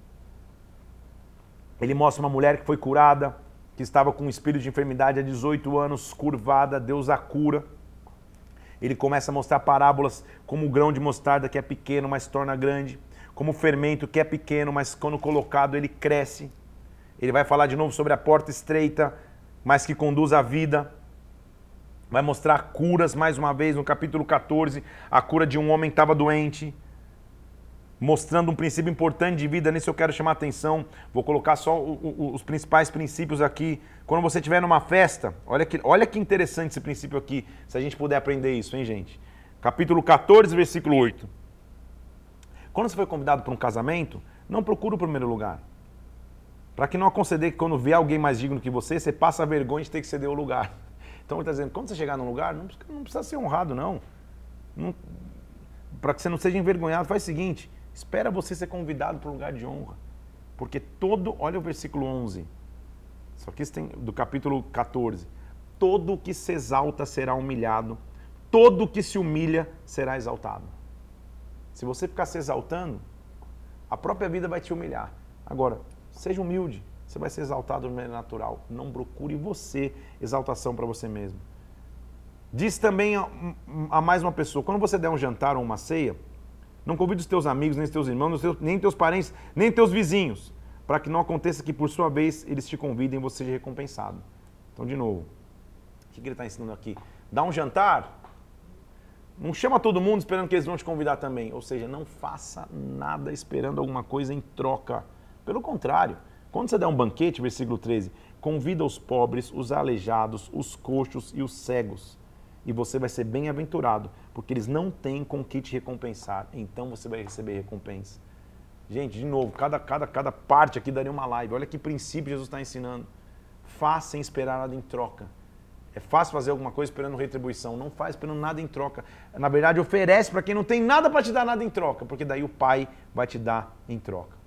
Ele mostra uma mulher que foi curada, que estava com um espírito de enfermidade há 18 anos, curvada, Deus a cura. Ele começa a mostrar parábolas como o grão de mostarda que é pequeno, mas se torna grande. Como o fermento que é pequeno, mas quando colocado ele cresce. Ele vai falar de novo sobre a porta estreita, mas que conduz à vida. Vai mostrar curas, mais uma vez, no capítulo 14, a cura de um homem que estava doente, mostrando um princípio importante de vida. Nisso eu quero chamar a atenção, vou colocar só os principais princípios aqui. Quando você estiver numa festa, olha que interessante esse princípio aqui, se a gente puder aprender isso, hein, gente? Capítulo 14, versículo 8. Quando você foi convidado para um casamento, não procura o primeiro lugar. Para que não conceder que quando vier alguém mais digno que você passa a vergonha de ter que ceder o lugar. Então ele está dizendo, quando você chegar num lugar, não precisa ser honrado, não. Para que você não seja envergonhado, faz o seguinte, espera você ser convidado para um lugar de honra. Porque olha o versículo 11, isso aqui tem do capítulo 14. Todo o que se exalta será humilhado, todo o que se humilha será exaltado. Se você ficar se exaltando, a própria vida vai te humilhar. Agora, seja humilde. Você vai ser exaltado de maneira natural. Não procure você exaltação para você mesmo. Diz também a mais uma pessoa, quando você der um jantar ou uma ceia, não convide os teus amigos, nem os teus irmãos, nem teus parentes, nem teus vizinhos, para que não aconteça que, por sua vez, eles te convidem e você seja recompensado. Então, de novo, o que ele está ensinando aqui? Dá um jantar, não chama todo mundo esperando que eles vão te convidar também. Ou seja, não faça nada esperando alguma coisa em troca. Pelo contrário, quando você der um banquete, versículo 13, convida os pobres, os aleijados, os coxos e os cegos. E você vai ser bem-aventurado, porque eles não têm com que te recompensar. Então você vai receber recompensa. Gente, de novo, cada parte aqui daria uma live. Olha que princípio Jesus está ensinando. Faça sem esperar nada em troca. É fácil fazer alguma coisa esperando retribuição. Não faz esperando nada em troca. Na verdade, oferece para quem não tem nada para te dar nada em troca, porque daí o Pai vai te dar em troca.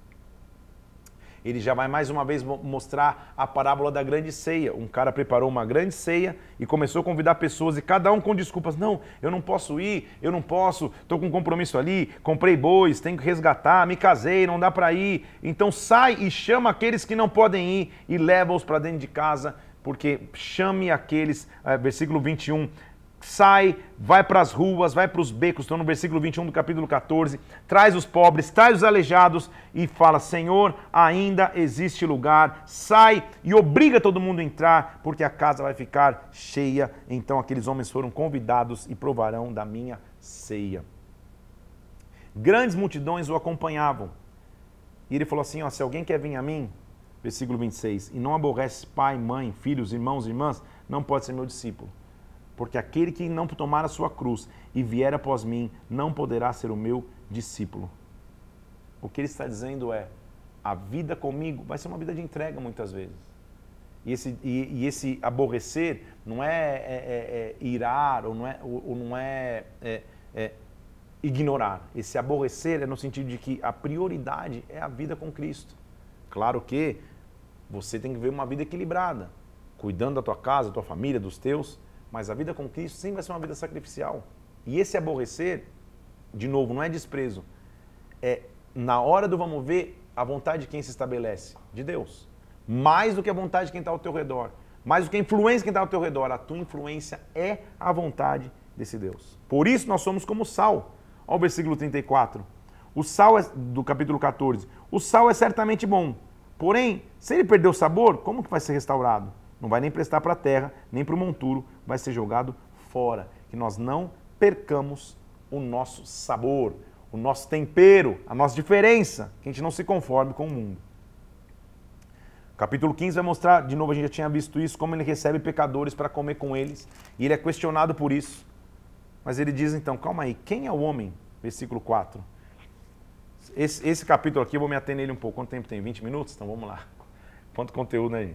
Ele já vai mais uma vez mostrar a parábola da grande ceia. Um cara preparou uma grande ceia e começou a convidar pessoas e cada um com desculpas. Não, eu não posso ir, eu não posso, estou com um compromisso ali, comprei bois, tenho que resgatar, me casei, não dá para ir. Então sai e chama aqueles que não podem ir e leva-os para dentro de casa, porque chame aqueles, versículo 21, sai, vai para as ruas, vai para os becos, estou no versículo 21 do capítulo 14, traz os pobres, traz os aleijados e fala, Senhor, ainda existe lugar, sai e obriga todo mundo a entrar, porque a casa vai ficar cheia. Então aqueles homens foram convidados e provarão da minha ceia. Grandes multidões o acompanhavam. E ele falou assim, ó, se alguém quer vir a mim, versículo 26, e não aborrece pai, mãe, filhos, irmãos e irmãs, não pode ser meu discípulo. Porque aquele que não tomar a sua cruz e vier após mim, não poderá ser o meu discípulo. O que ele está dizendo é, a vida comigo vai ser uma vida de entrega muitas vezes. E esse aborrecer não é irar ou não é ignorar. Esse aborrecer é no sentido de que a prioridade é a vida com Cristo. Claro que você tem que ver uma vida equilibrada, cuidando da tua casa, da tua família, dos teus, mas a vida com Cristo sempre vai ser uma vida sacrificial. E esse aborrecer, de novo, não é desprezo. É, na hora do vamos ver, a vontade de quem se estabelece? De Deus. Mais do que a vontade de quem está ao teu redor. Mais do que a influência de quem está ao teu redor. A tua influência é a vontade desse Deus. Por isso nós somos como sal. Olha o versículo 34. O sal é, do capítulo 14. O sal é certamente bom. Porém, se ele perder o sabor, como que vai ser restaurado? Não vai nem prestar para a terra, nem para o monturo. Vai ser jogado fora. Que nós não percamos o nosso sabor, o nosso tempero, a nossa diferença. Que a gente não se conforme com o mundo. Capítulo 15 vai mostrar, de novo a gente já tinha visto isso, como ele recebe pecadores para comer com eles. E ele é questionado por isso. Mas ele diz então, calma aí, quem é o homem? Versículo 4. Esse capítulo aqui, eu vou me ater nele um pouco. Quanto tempo tem? 20 minutos? Então vamos lá. Quanto conteúdo aí?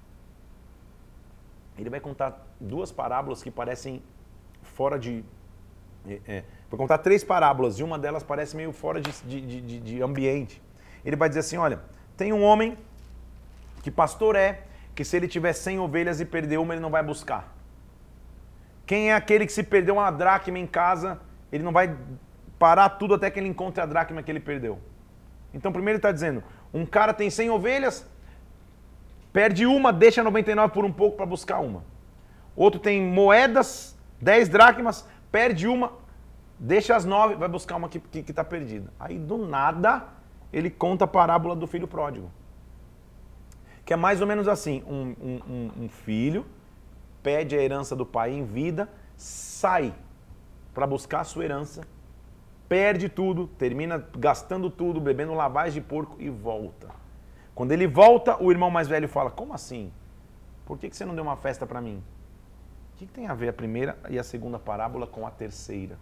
Ele vai contar duas parábolas que parecem fora de... Vou contar 3 parábolas, e uma delas parece meio fora de ambiente. Ele vai dizer assim, olha, tem um homem que pastor é, que se ele tiver 100 ovelhas e perder uma, ele não vai buscar. Quem é aquele que se perdeu uma dracma em casa, ele não vai parar tudo até que ele encontre a dracma que ele perdeu. Então primeiro ele está dizendo, um cara tem 100 ovelhas, perde uma, deixa 99 por um pouco para buscar uma. Outro tem moedas, 10 dracmas, perde uma, deixa as 9, vai buscar uma que está perdida. Aí do nada ele conta a parábola do filho pródigo. Que é mais ou menos assim, um filho pede a herança do pai em vida, sai para buscar a sua herança, perde tudo, termina gastando tudo, bebendo lavagem de porco e volta. Quando ele volta, o irmão mais velho fala, como assim? Por que você não deu uma festa para mim? O que tem a ver a primeira e a segunda parábola com a terceira?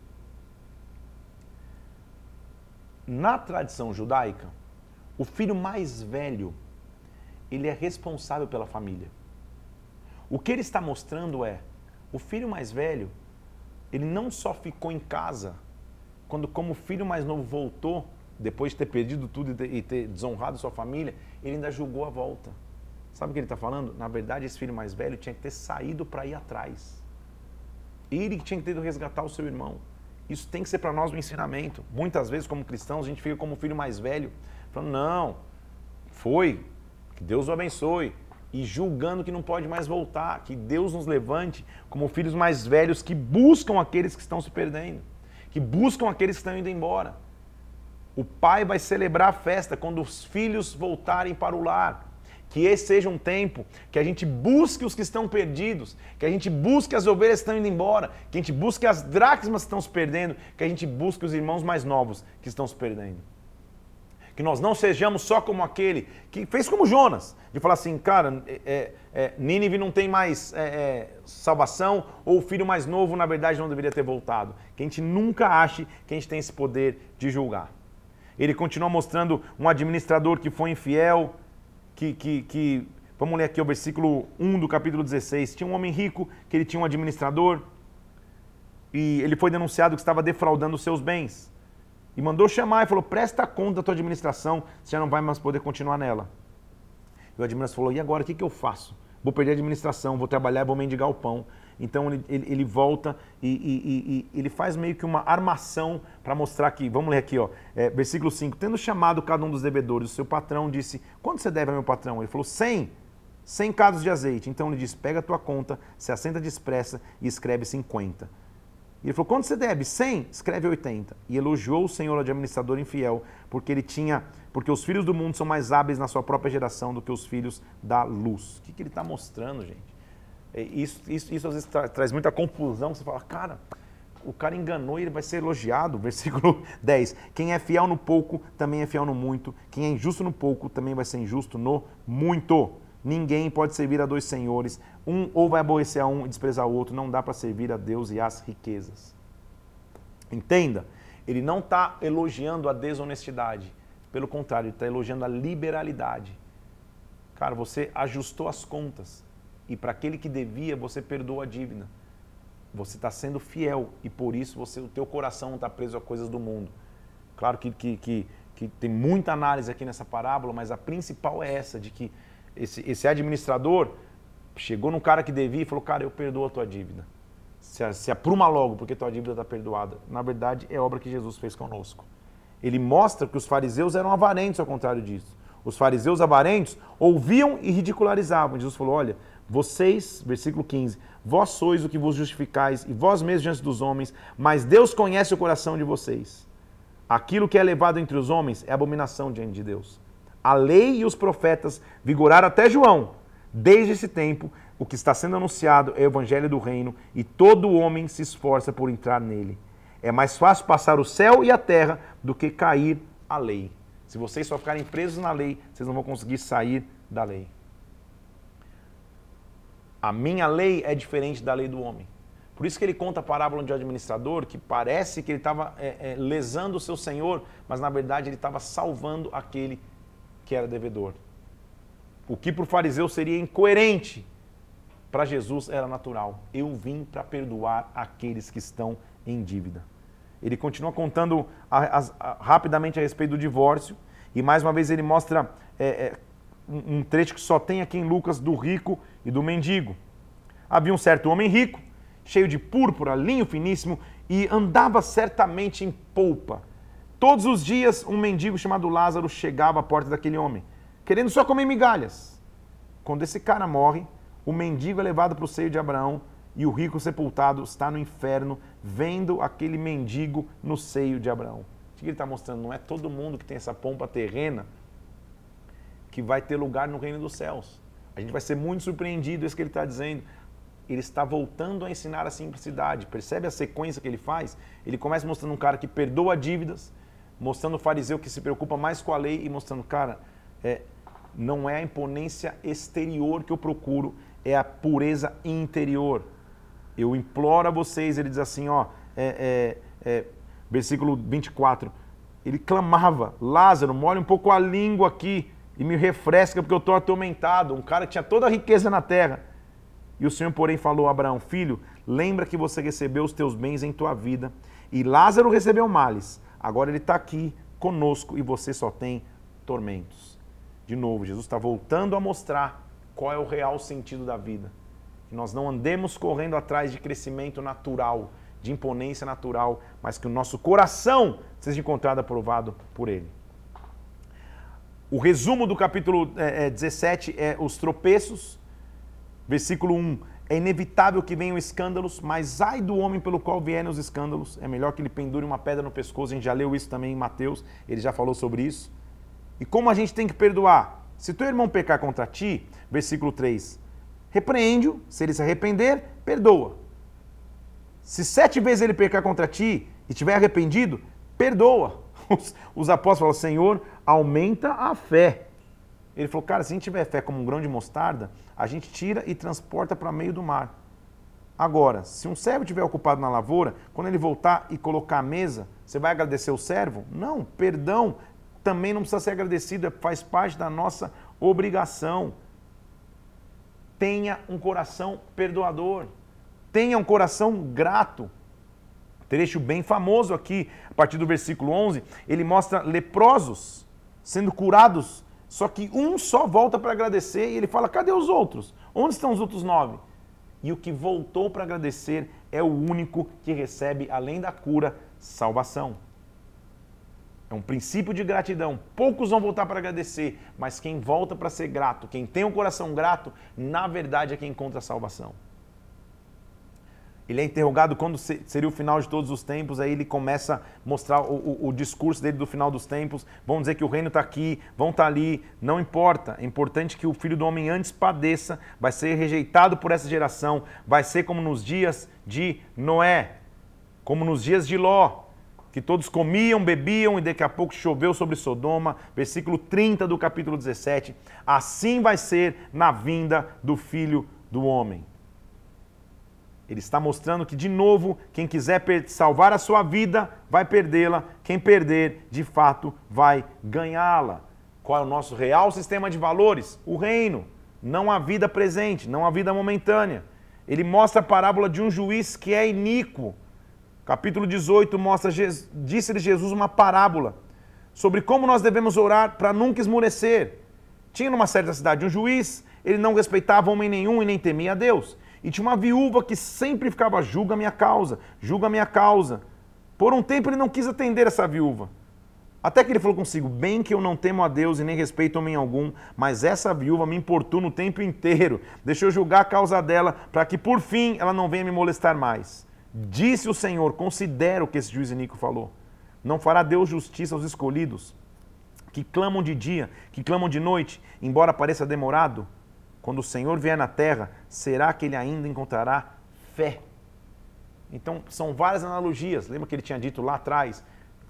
Na tradição judaica, o filho mais velho, ele é responsável pela família. O que ele está mostrando é, o filho mais velho, ele não só ficou em casa, quando como o filho mais novo voltou, depois de ter perdido tudo e ter desonrado sua família, ele ainda julgou a volta. Sabe o que ele está falando? Na verdade, esse filho mais velho tinha que ter saído para ir atrás. Ele que tinha que ter ido resgatar o seu irmão. Isso tem que ser para nós um ensinamento. Muitas vezes, como cristãos, a gente fica como o filho mais velho, falando, não, foi, que Deus o abençoe. E julgando que não pode mais voltar, que Deus nos levante como filhos mais velhos que buscam aqueles que estão se perdendo, que buscam aqueles que estão indo embora. O pai vai celebrar a festa quando os filhos voltarem para o lar. Que esse seja um tempo que a gente busque os que estão perdidos, que a gente busque as ovelhas que estão indo embora, que a gente busque as dracmas que estão se perdendo, que a gente busque os irmãos mais novos que estão se perdendo. Que nós não sejamos só como aquele que fez como Jonas, de falar assim, cara, Nínive não tem mais salvação, ou o filho mais novo, na verdade, não deveria ter voltado. Que a gente nunca ache que a gente tem esse poder de julgar. Ele continua mostrando um administrador que foi infiel, vamos ler aqui o versículo 1 do capítulo 16. Tinha um homem rico, que ele tinha um administrador, e ele foi denunciado que estava defraudando os seus bens. E mandou chamar e falou, presta conta da tua administração, você já não vai mais poder continuar nela. E o administrador falou, e agora, o que eu faço? Vou perder a administração, vou trabalhar, vou mendigar o pão. Então ele volta e ele faz meio que uma armação para mostrar que, vamos ler aqui, ó, versículo 5. Tendo chamado cada um dos devedores, o seu patrão disse, quanto você deve ao meu patrão? Ele falou, 100 cados de azeite. Então ele disse, pega a tua conta, se assenta depressa e escreve 50. E ele falou, quanto você deve? 100? Escreve 80. E elogiou o senhor de administrador infiel, porque os filhos do mundo são mais hábeis na sua própria geração do que os filhos da luz. O que ele está mostrando, gente? Isso às vezes traz muita confusão. Você fala, cara, o cara enganou e ele vai ser elogiado. Versículo 10. Quem é fiel no pouco, também é fiel no muito. Quem é injusto no pouco, também vai ser injusto no muito. Ninguém pode servir a dois senhores. Um ou vai aborrecer a um e desprezar o outro. Não dá para servir a Deus e às riquezas. Entenda, ele não está elogiando a desonestidade. Pelo contrário, ele está elogiando a liberalidade. Cara, você ajustou as contas. E para aquele que devia, você perdoa a dívida. Você está sendo fiel e por isso o teu coração não está preso a coisas do mundo. Claro que tem muita análise aqui nessa parábola, mas a principal é essa, de que esse administrador chegou num cara que devia e falou, cara, eu perdoo a tua dívida. Se apruma logo, porque tua dívida está perdoada. Na verdade, é obra que Jesus fez conosco. Ele mostra que os fariseus eram avarentos ao contrário disso. Os fariseus avarentos ouviam e ridicularizavam. Jesus falou, olha, vocês, versículo 15, vós sois o que vos justificais e vós mesmos diante dos homens, mas Deus conhece o coração de vocês. Aquilo que é levado entre os homens é abominação diante de Deus. A lei e os profetas vigoraram até João. Desde esse tempo, o que está sendo anunciado é o evangelho do reino e todo homem se esforça por entrar nele. É mais fácil passar o céu e a terra do que cair a lei. Se vocês só ficarem presos na lei, vocês não vão conseguir sair da lei. A minha lei é diferente da lei do homem. Por isso que ele conta a parábola de um administrador que parece que ele estava lesando o seu senhor, mas na verdade ele estava salvando aquele que era devedor. O que para o fariseu seria incoerente, para Jesus era natural. Eu vim para perdoar aqueles que estão em dívida. Ele continua contando rapidamente a respeito do divórcio e mais uma vez ele mostra um trecho que só tem aqui em Lucas do rico e do mendigo. Havia um certo homem rico, cheio de púrpura, linho finíssimo e andava certamente em polpa. Todos os dias um mendigo chamado Lázaro chegava à porta daquele homem, querendo só comer migalhas. Quando esse cara morre, o mendigo é levado para o seio de Abraão e o rico sepultado está no inferno, vendo aquele mendigo no seio de Abraão. O que ele está mostrando? Não é todo mundo que tem essa pompa terrena que vai ter lugar no reino dos céus. A gente vai ser muito surpreendido, é isso que ele está dizendo. Ele está voltando a ensinar a simplicidade. Percebe a sequência que ele faz? Ele começa mostrando um cara que perdoa dívidas, mostrando o fariseu que se preocupa mais com a lei e mostrando, cara, não é a imponência exterior que eu procuro, é a pureza interior. Eu imploro a vocês, ele diz assim, versículo 24, ele clamava, Lázaro, molha um pouco a língua aqui e me refresca porque eu estou atormentado. Um cara que tinha toda a riqueza na terra. E o Senhor, porém, falou a Abraão, filho, lembra que você recebeu os teus bens em tua vida e Lázaro recebeu males. Agora ele está aqui conosco e você só tem tormentos. De novo, Jesus está voltando a mostrar qual é o real sentido da vida. Que nós não andemos correndo atrás de crescimento natural, de imponência natural, mas que o nosso coração seja encontrado aprovado por Ele. O resumo do capítulo 17 é os tropeços. Versículo 1. É inevitável que venham escândalos, mas ai do homem pelo qual vierem os escândalos. É melhor que ele pendure uma pedra no pescoço. A gente já leu isso também em Mateus, ele já falou sobre isso. E como a gente tem que perdoar? Se teu irmão pecar contra ti, versículo 3, repreende-o, se ele se arrepender, perdoa. Se 7 vezes ele pecar contra ti e estiver arrependido, perdoa. Os apóstolos falam, Senhor, aumenta a fé. Ele falou, cara, se a gente tiver fé como um grão de mostarda, a gente tira e transporta para meio do mar. Agora, se um servo estiver ocupado na lavoura, quando ele voltar e colocar a mesa, você vai agradecer o servo? Não, perdão também não precisa ser agradecido, faz parte da nossa obrigação. Tenha um coração perdoador, tenha um coração grato. Trecho bem famoso aqui, a partir do versículo 11, ele mostra leprosos sendo curados, só que um só volta para agradecer e ele fala, cadê os outros? Onde estão os outros 9? E o que voltou para agradecer é o único que recebe, além da cura, salvação. É um princípio de gratidão. Poucos vão voltar para agradecer, mas quem volta para ser grato, quem tem um coração grato, na verdade é quem encontra a salvação. Ele é interrogado quando seria o final de todos os tempos, aí ele começa a mostrar o discurso dele do final dos tempos, vão dizer que o reino está aqui, vão estar ali, não importa, é importante que o Filho do Homem antes padeça, vai ser rejeitado por essa geração, vai ser como nos dias de Noé. como nos dias de Ló, que todos comiam, bebiam e daqui a pouco choveu sobre Sodoma, versículo 30 do capítulo 17, assim vai ser na vinda do Filho do Homem. Ele está mostrando que, de novo, quem quiser salvar a sua vida, vai perdê-la. Quem perder, de fato, vai ganhá-la. Qual é o nosso real sistema de valores? O reino, não a vida presente, não a vida momentânea. Ele mostra a parábola de um juiz que é iníquo. Capítulo 18 mostra, disse-lhe Jesus uma parábola sobre como nós devemos orar para nunca esmorecer. Tinha numa certa cidade um juiz, ele não respeitava homem nenhum e nem temia a Deus. E tinha uma viúva que sempre ficava, julga a minha causa, julga a minha causa. Por um tempo ele não quis atender essa viúva. Até que ele falou consigo, bem que eu não temo a Deus e nem respeito homem algum, mas essa viúva me importuna o tempo inteiro. Deixa eu julgar a causa dela, para que por fim ela não venha me molestar mais. Disse o Senhor, considera o que esse juiz iníquo falou. Não fará Deus justiça aos escolhidos, que clamam de dia, que clamam de noite, embora pareça demorado? Quando o Senhor vier na terra, será que ele ainda encontrará fé? Então, são várias analogias. Lembra que ele tinha dito lá atrás,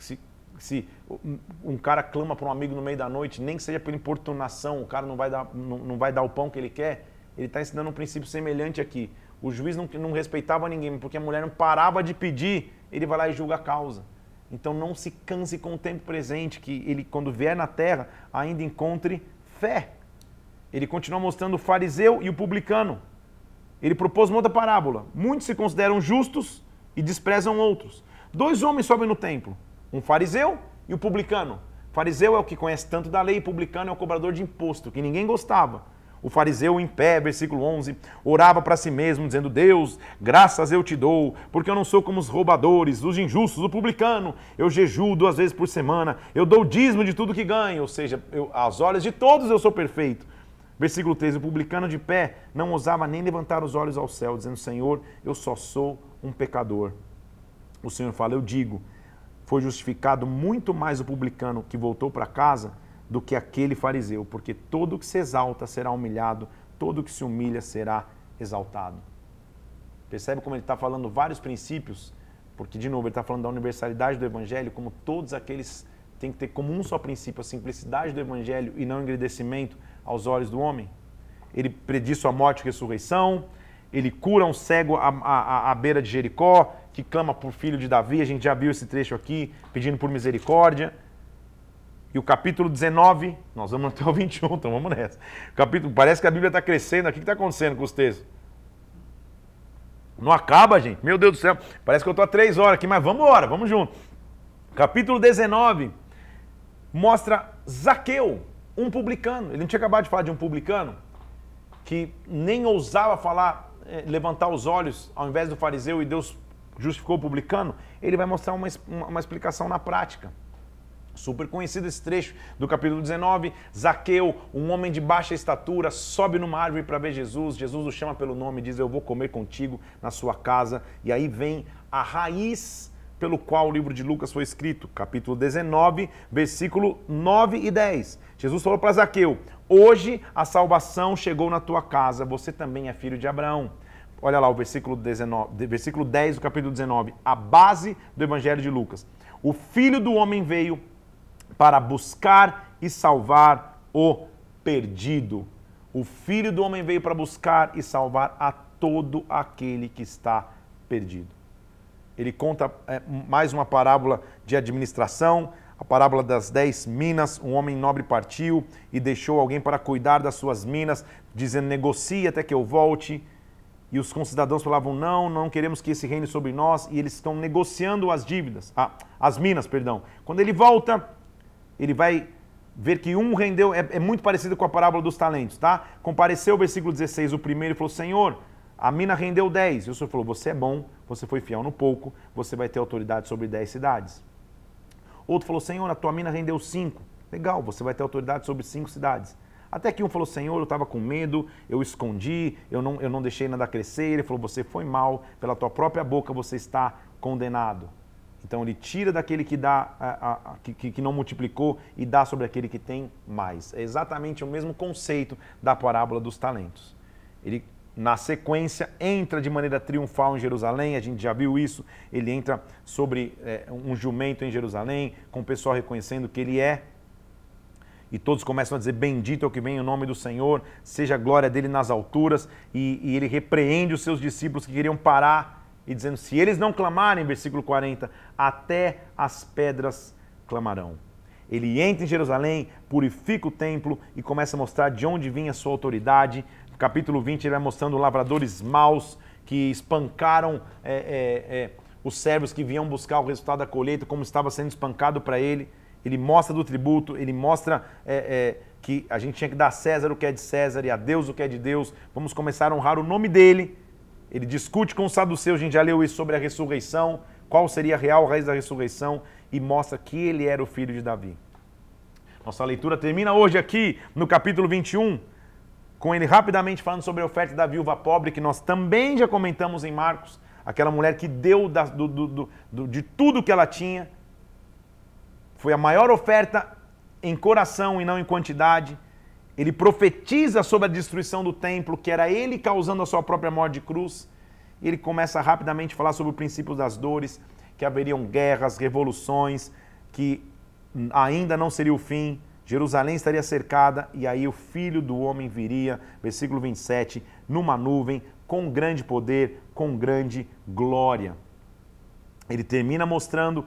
se um cara clama para um amigo no meio da noite, nem que seja pela importunação, o cara não vai dar o pão que ele quer, ele está ensinando um princípio semelhante aqui. O juiz não respeitava ninguém, porque a mulher não parava de pedir, ele vai lá e julga a causa. Então não se canse com o tempo presente, que ele, quando vier na terra, ainda encontre fé. Ele continua mostrando o fariseu e o publicano. Ele propôs uma outra parábola. Muitos se consideram justos e desprezam outros. 2 homens sobem no templo, um fariseu e o publicano. O fariseu é o que conhece tanto da lei, e o publicano é o cobrador de imposto, que ninguém gostava. O fariseu em pé, versículo 11, orava para si mesmo, dizendo, Deus, graças eu te dou, porque eu não sou como os roubadores, os injustos, o publicano. Eu jejuo 2 vezes por semana, eu dou o dízimo de tudo que ganho, ou seja, aos olhos de todos eu sou perfeito. Versículo 13, o publicano de pé não ousava nem levantar os olhos ao céu, dizendo, Senhor, eu só sou um pecador. O Senhor fala, eu digo, foi justificado muito mais o publicano que voltou para casa do que aquele fariseu, porque todo que se exalta será humilhado, todo que se humilha será exaltado. Percebe como ele está falando vários princípios, porque, de novo, ele está falando da universalidade do Evangelho, como todos aqueles têm que ter como um só princípio, a simplicidade do Evangelho e não o engrandecimento aos olhos do homem. Ele prediz sua morte e ressurreição, ele cura um cego à beira de Jericó, que clama por filho de Davi, a gente já viu esse trecho aqui, pedindo por misericórdia. E o capítulo 19, nós vamos até o 21, então vamos nessa. Parece que a Bíblia está crescendo aqui, o que está acontecendo com os textos? Não acaba, gente, meu Deus do céu, parece que eu estou há 3 horas aqui, mas vamos embora, vamos junto. Capítulo 19 mostra Zaqueu, um publicano. Ele não tinha acabado de falar de um publicano que nem ousava falar, levantar os olhos ao invés do fariseu, e Deus justificou o publicano. Ele vai mostrar uma explicação na prática. Super conhecido esse trecho do capítulo 19. Zaqueu, um homem de baixa estatura, sobe numa árvore para ver Jesus. Jesus o chama pelo nome e diz, eu vou comer contigo na sua casa. E aí vem a raiz pelo qual o livro de Lucas foi escrito. Capítulo 19, versículo 9 e 10. Jesus falou para Zaqueu, hoje a salvação chegou na tua casa, você também é filho de Abraão. Olha lá o versículo 10 do capítulo 19, a base do evangelho de Lucas. O Filho do Homem veio para buscar e salvar o perdido. O Filho do Homem veio para buscar e salvar a todo aquele que está perdido. Ele conta mais uma parábola de administração, a parábola das 10 minas. Um homem nobre partiu e deixou alguém para cuidar das suas minas, dizendo, negocie até que eu volte. E os concidadãos falavam, não queremos que esse reine sobre nós, e eles estão negociando as dívidas, as minas, perdão. Quando ele volta, ele vai ver que um rendeu, é muito parecido com a parábola dos talentos, tá? Compareceu o versículo 16, o primeiro, e falou, Senhor, a mina rendeu 10. E o Senhor falou, você é bom, você foi fiel no pouco, você vai ter autoridade sobre 10 cidades. Outro falou, Senhor, a tua mina rendeu 5. Legal, você vai ter autoridade sobre 5 cidades. Até que um falou, Senhor, eu estava com medo, eu escondi, eu não deixei nada crescer. Ele falou, você foi mal, pela tua própria boca você está condenado. Então ele tira daquele que dá, que não multiplicou e dá sobre aquele que tem mais. É exatamente o mesmo conceito da parábola dos talentos. Ele na sequência, entra de maneira triunfal em Jerusalém, a gente já viu isso, ele entra sobre um jumento em Jerusalém, com o pessoal reconhecendo que ele é, e todos começam a dizer, bendito é o que vem em nome do Senhor, seja a glória dele nas alturas, e ele repreende os seus discípulos que queriam parar, e dizendo, se eles não clamarem, versículo 40, até as pedras clamarão. Ele entra em Jerusalém, purifica o templo e começa a mostrar de onde vinha a sua autoridade. No capítulo 20 ele vai mostrando lavradores maus que espancaram os servos que vinham buscar o resultado da colheita, como estava sendo espancado para ele. Ele mostra do tributo, ele mostra que a gente tinha que dar a César o que é de César e a Deus o que é de Deus. Vamos começar a honrar o nome dele. Ele discute com os saduceus, a gente já leu isso sobre a ressurreição, qual seria a real raiz da ressurreição, e mostra que ele era o filho de Davi. Nossa leitura termina hoje aqui no capítulo 21, com ele rapidamente falando sobre a oferta da viúva pobre, que nós também já comentamos em Marcos, aquela mulher que deu de tudo que ela tinha. Foi a maior oferta em coração e não em quantidade. Ele profetiza sobre a destruição do templo, que era ele causando a sua própria morte de cruz. E ele começa rapidamente a falar sobre o princípio das dores, que haveriam guerras, revoluções, que ainda não seria o fim, Jerusalém estaria cercada e aí o Filho do Homem viria, versículo 27, numa nuvem, com grande poder, com grande glória. Ele termina mostrando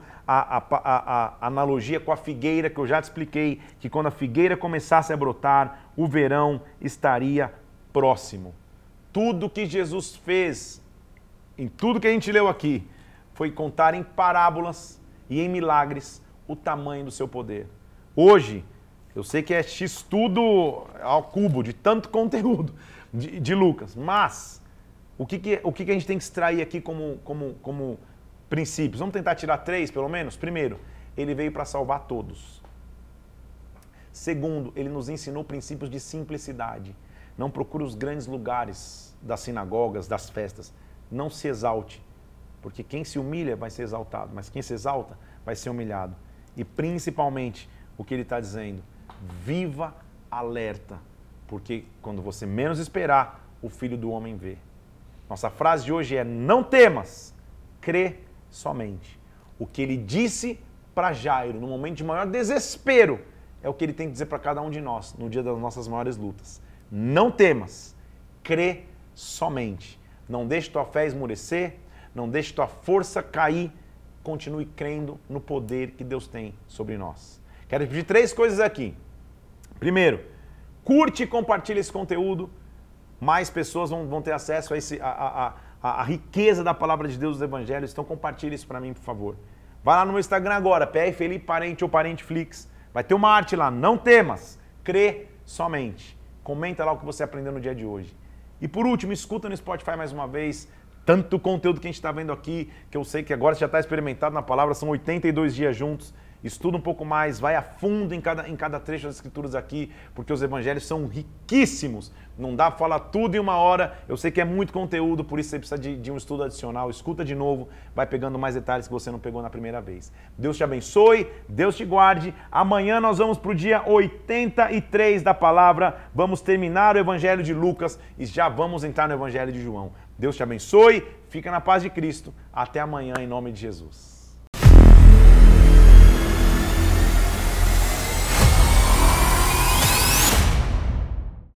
a analogia com a figueira, que eu já te expliquei, que quando a figueira começasse a brotar, o verão estaria próximo. Tudo que Jesus fez, em tudo que a gente leu aqui, foi contar em parábolas e em milagres o tamanho do seu poder. Hoje, eu sei que é X tudo ao cubo, de tanto conteúdo de Lucas, mas o que a gente tem que extrair aqui como princípios? Vamos tentar tirar 3, pelo menos? Primeiro, ele veio para salvar todos. Segundo, ele nos ensinou princípios de simplicidade. Não procure os grandes lugares das sinagogas, das festas. Não se exalte, porque quem se humilha vai ser exaltado, mas quem se exalta vai ser humilhado. E principalmente, o que ele está dizendo, viva alerta, porque quando você menos esperar, o Filho do Homem vê. Nossa frase de hoje é, não temas, crê somente. O que ele disse para Jairo, no momento de maior desespero, é o que ele tem que dizer para cada um de nós, no dia das nossas maiores lutas. Não temas, crê somente. Não deixe tua fé esmorecer, não deixe tua força cair, continue crendo no poder que Deus tem sobre nós. Quero pedir 3 coisas aqui. Primeiro, curte e compartilha esse conteúdo. Mais pessoas vão ter acesso a riqueza da palavra de Deus dos evangelhos. Então compartilhe isso para mim, por favor. Vai lá no meu Instagram agora, PR Felipe Parente ou Parenteflix. Vai ter uma arte lá. Não temas, crê somente. Comenta lá o que você aprendeu no dia de hoje. E por último, escuta no Spotify mais uma vez. Tanto conteúdo que a gente está vendo aqui, que eu sei que agora você já está experimentado na palavra, são 82 dias juntos. Estuda um pouco mais, vai a fundo em cada trecho das escrituras aqui, porque os evangelhos são riquíssimos. Não dá para falar tudo em uma hora, eu sei que é muito conteúdo, por isso você precisa de um estudo adicional. Escuta de novo, vai pegando mais detalhes que você não pegou na primeira vez. Deus te abençoe, Deus te guarde. Amanhã nós vamos para o dia 83 da palavra, vamos terminar o evangelho de Lucas e já vamos entrar no evangelho de João. Deus te abençoe, fica na paz de Cristo. Até amanhã, em nome de Jesus.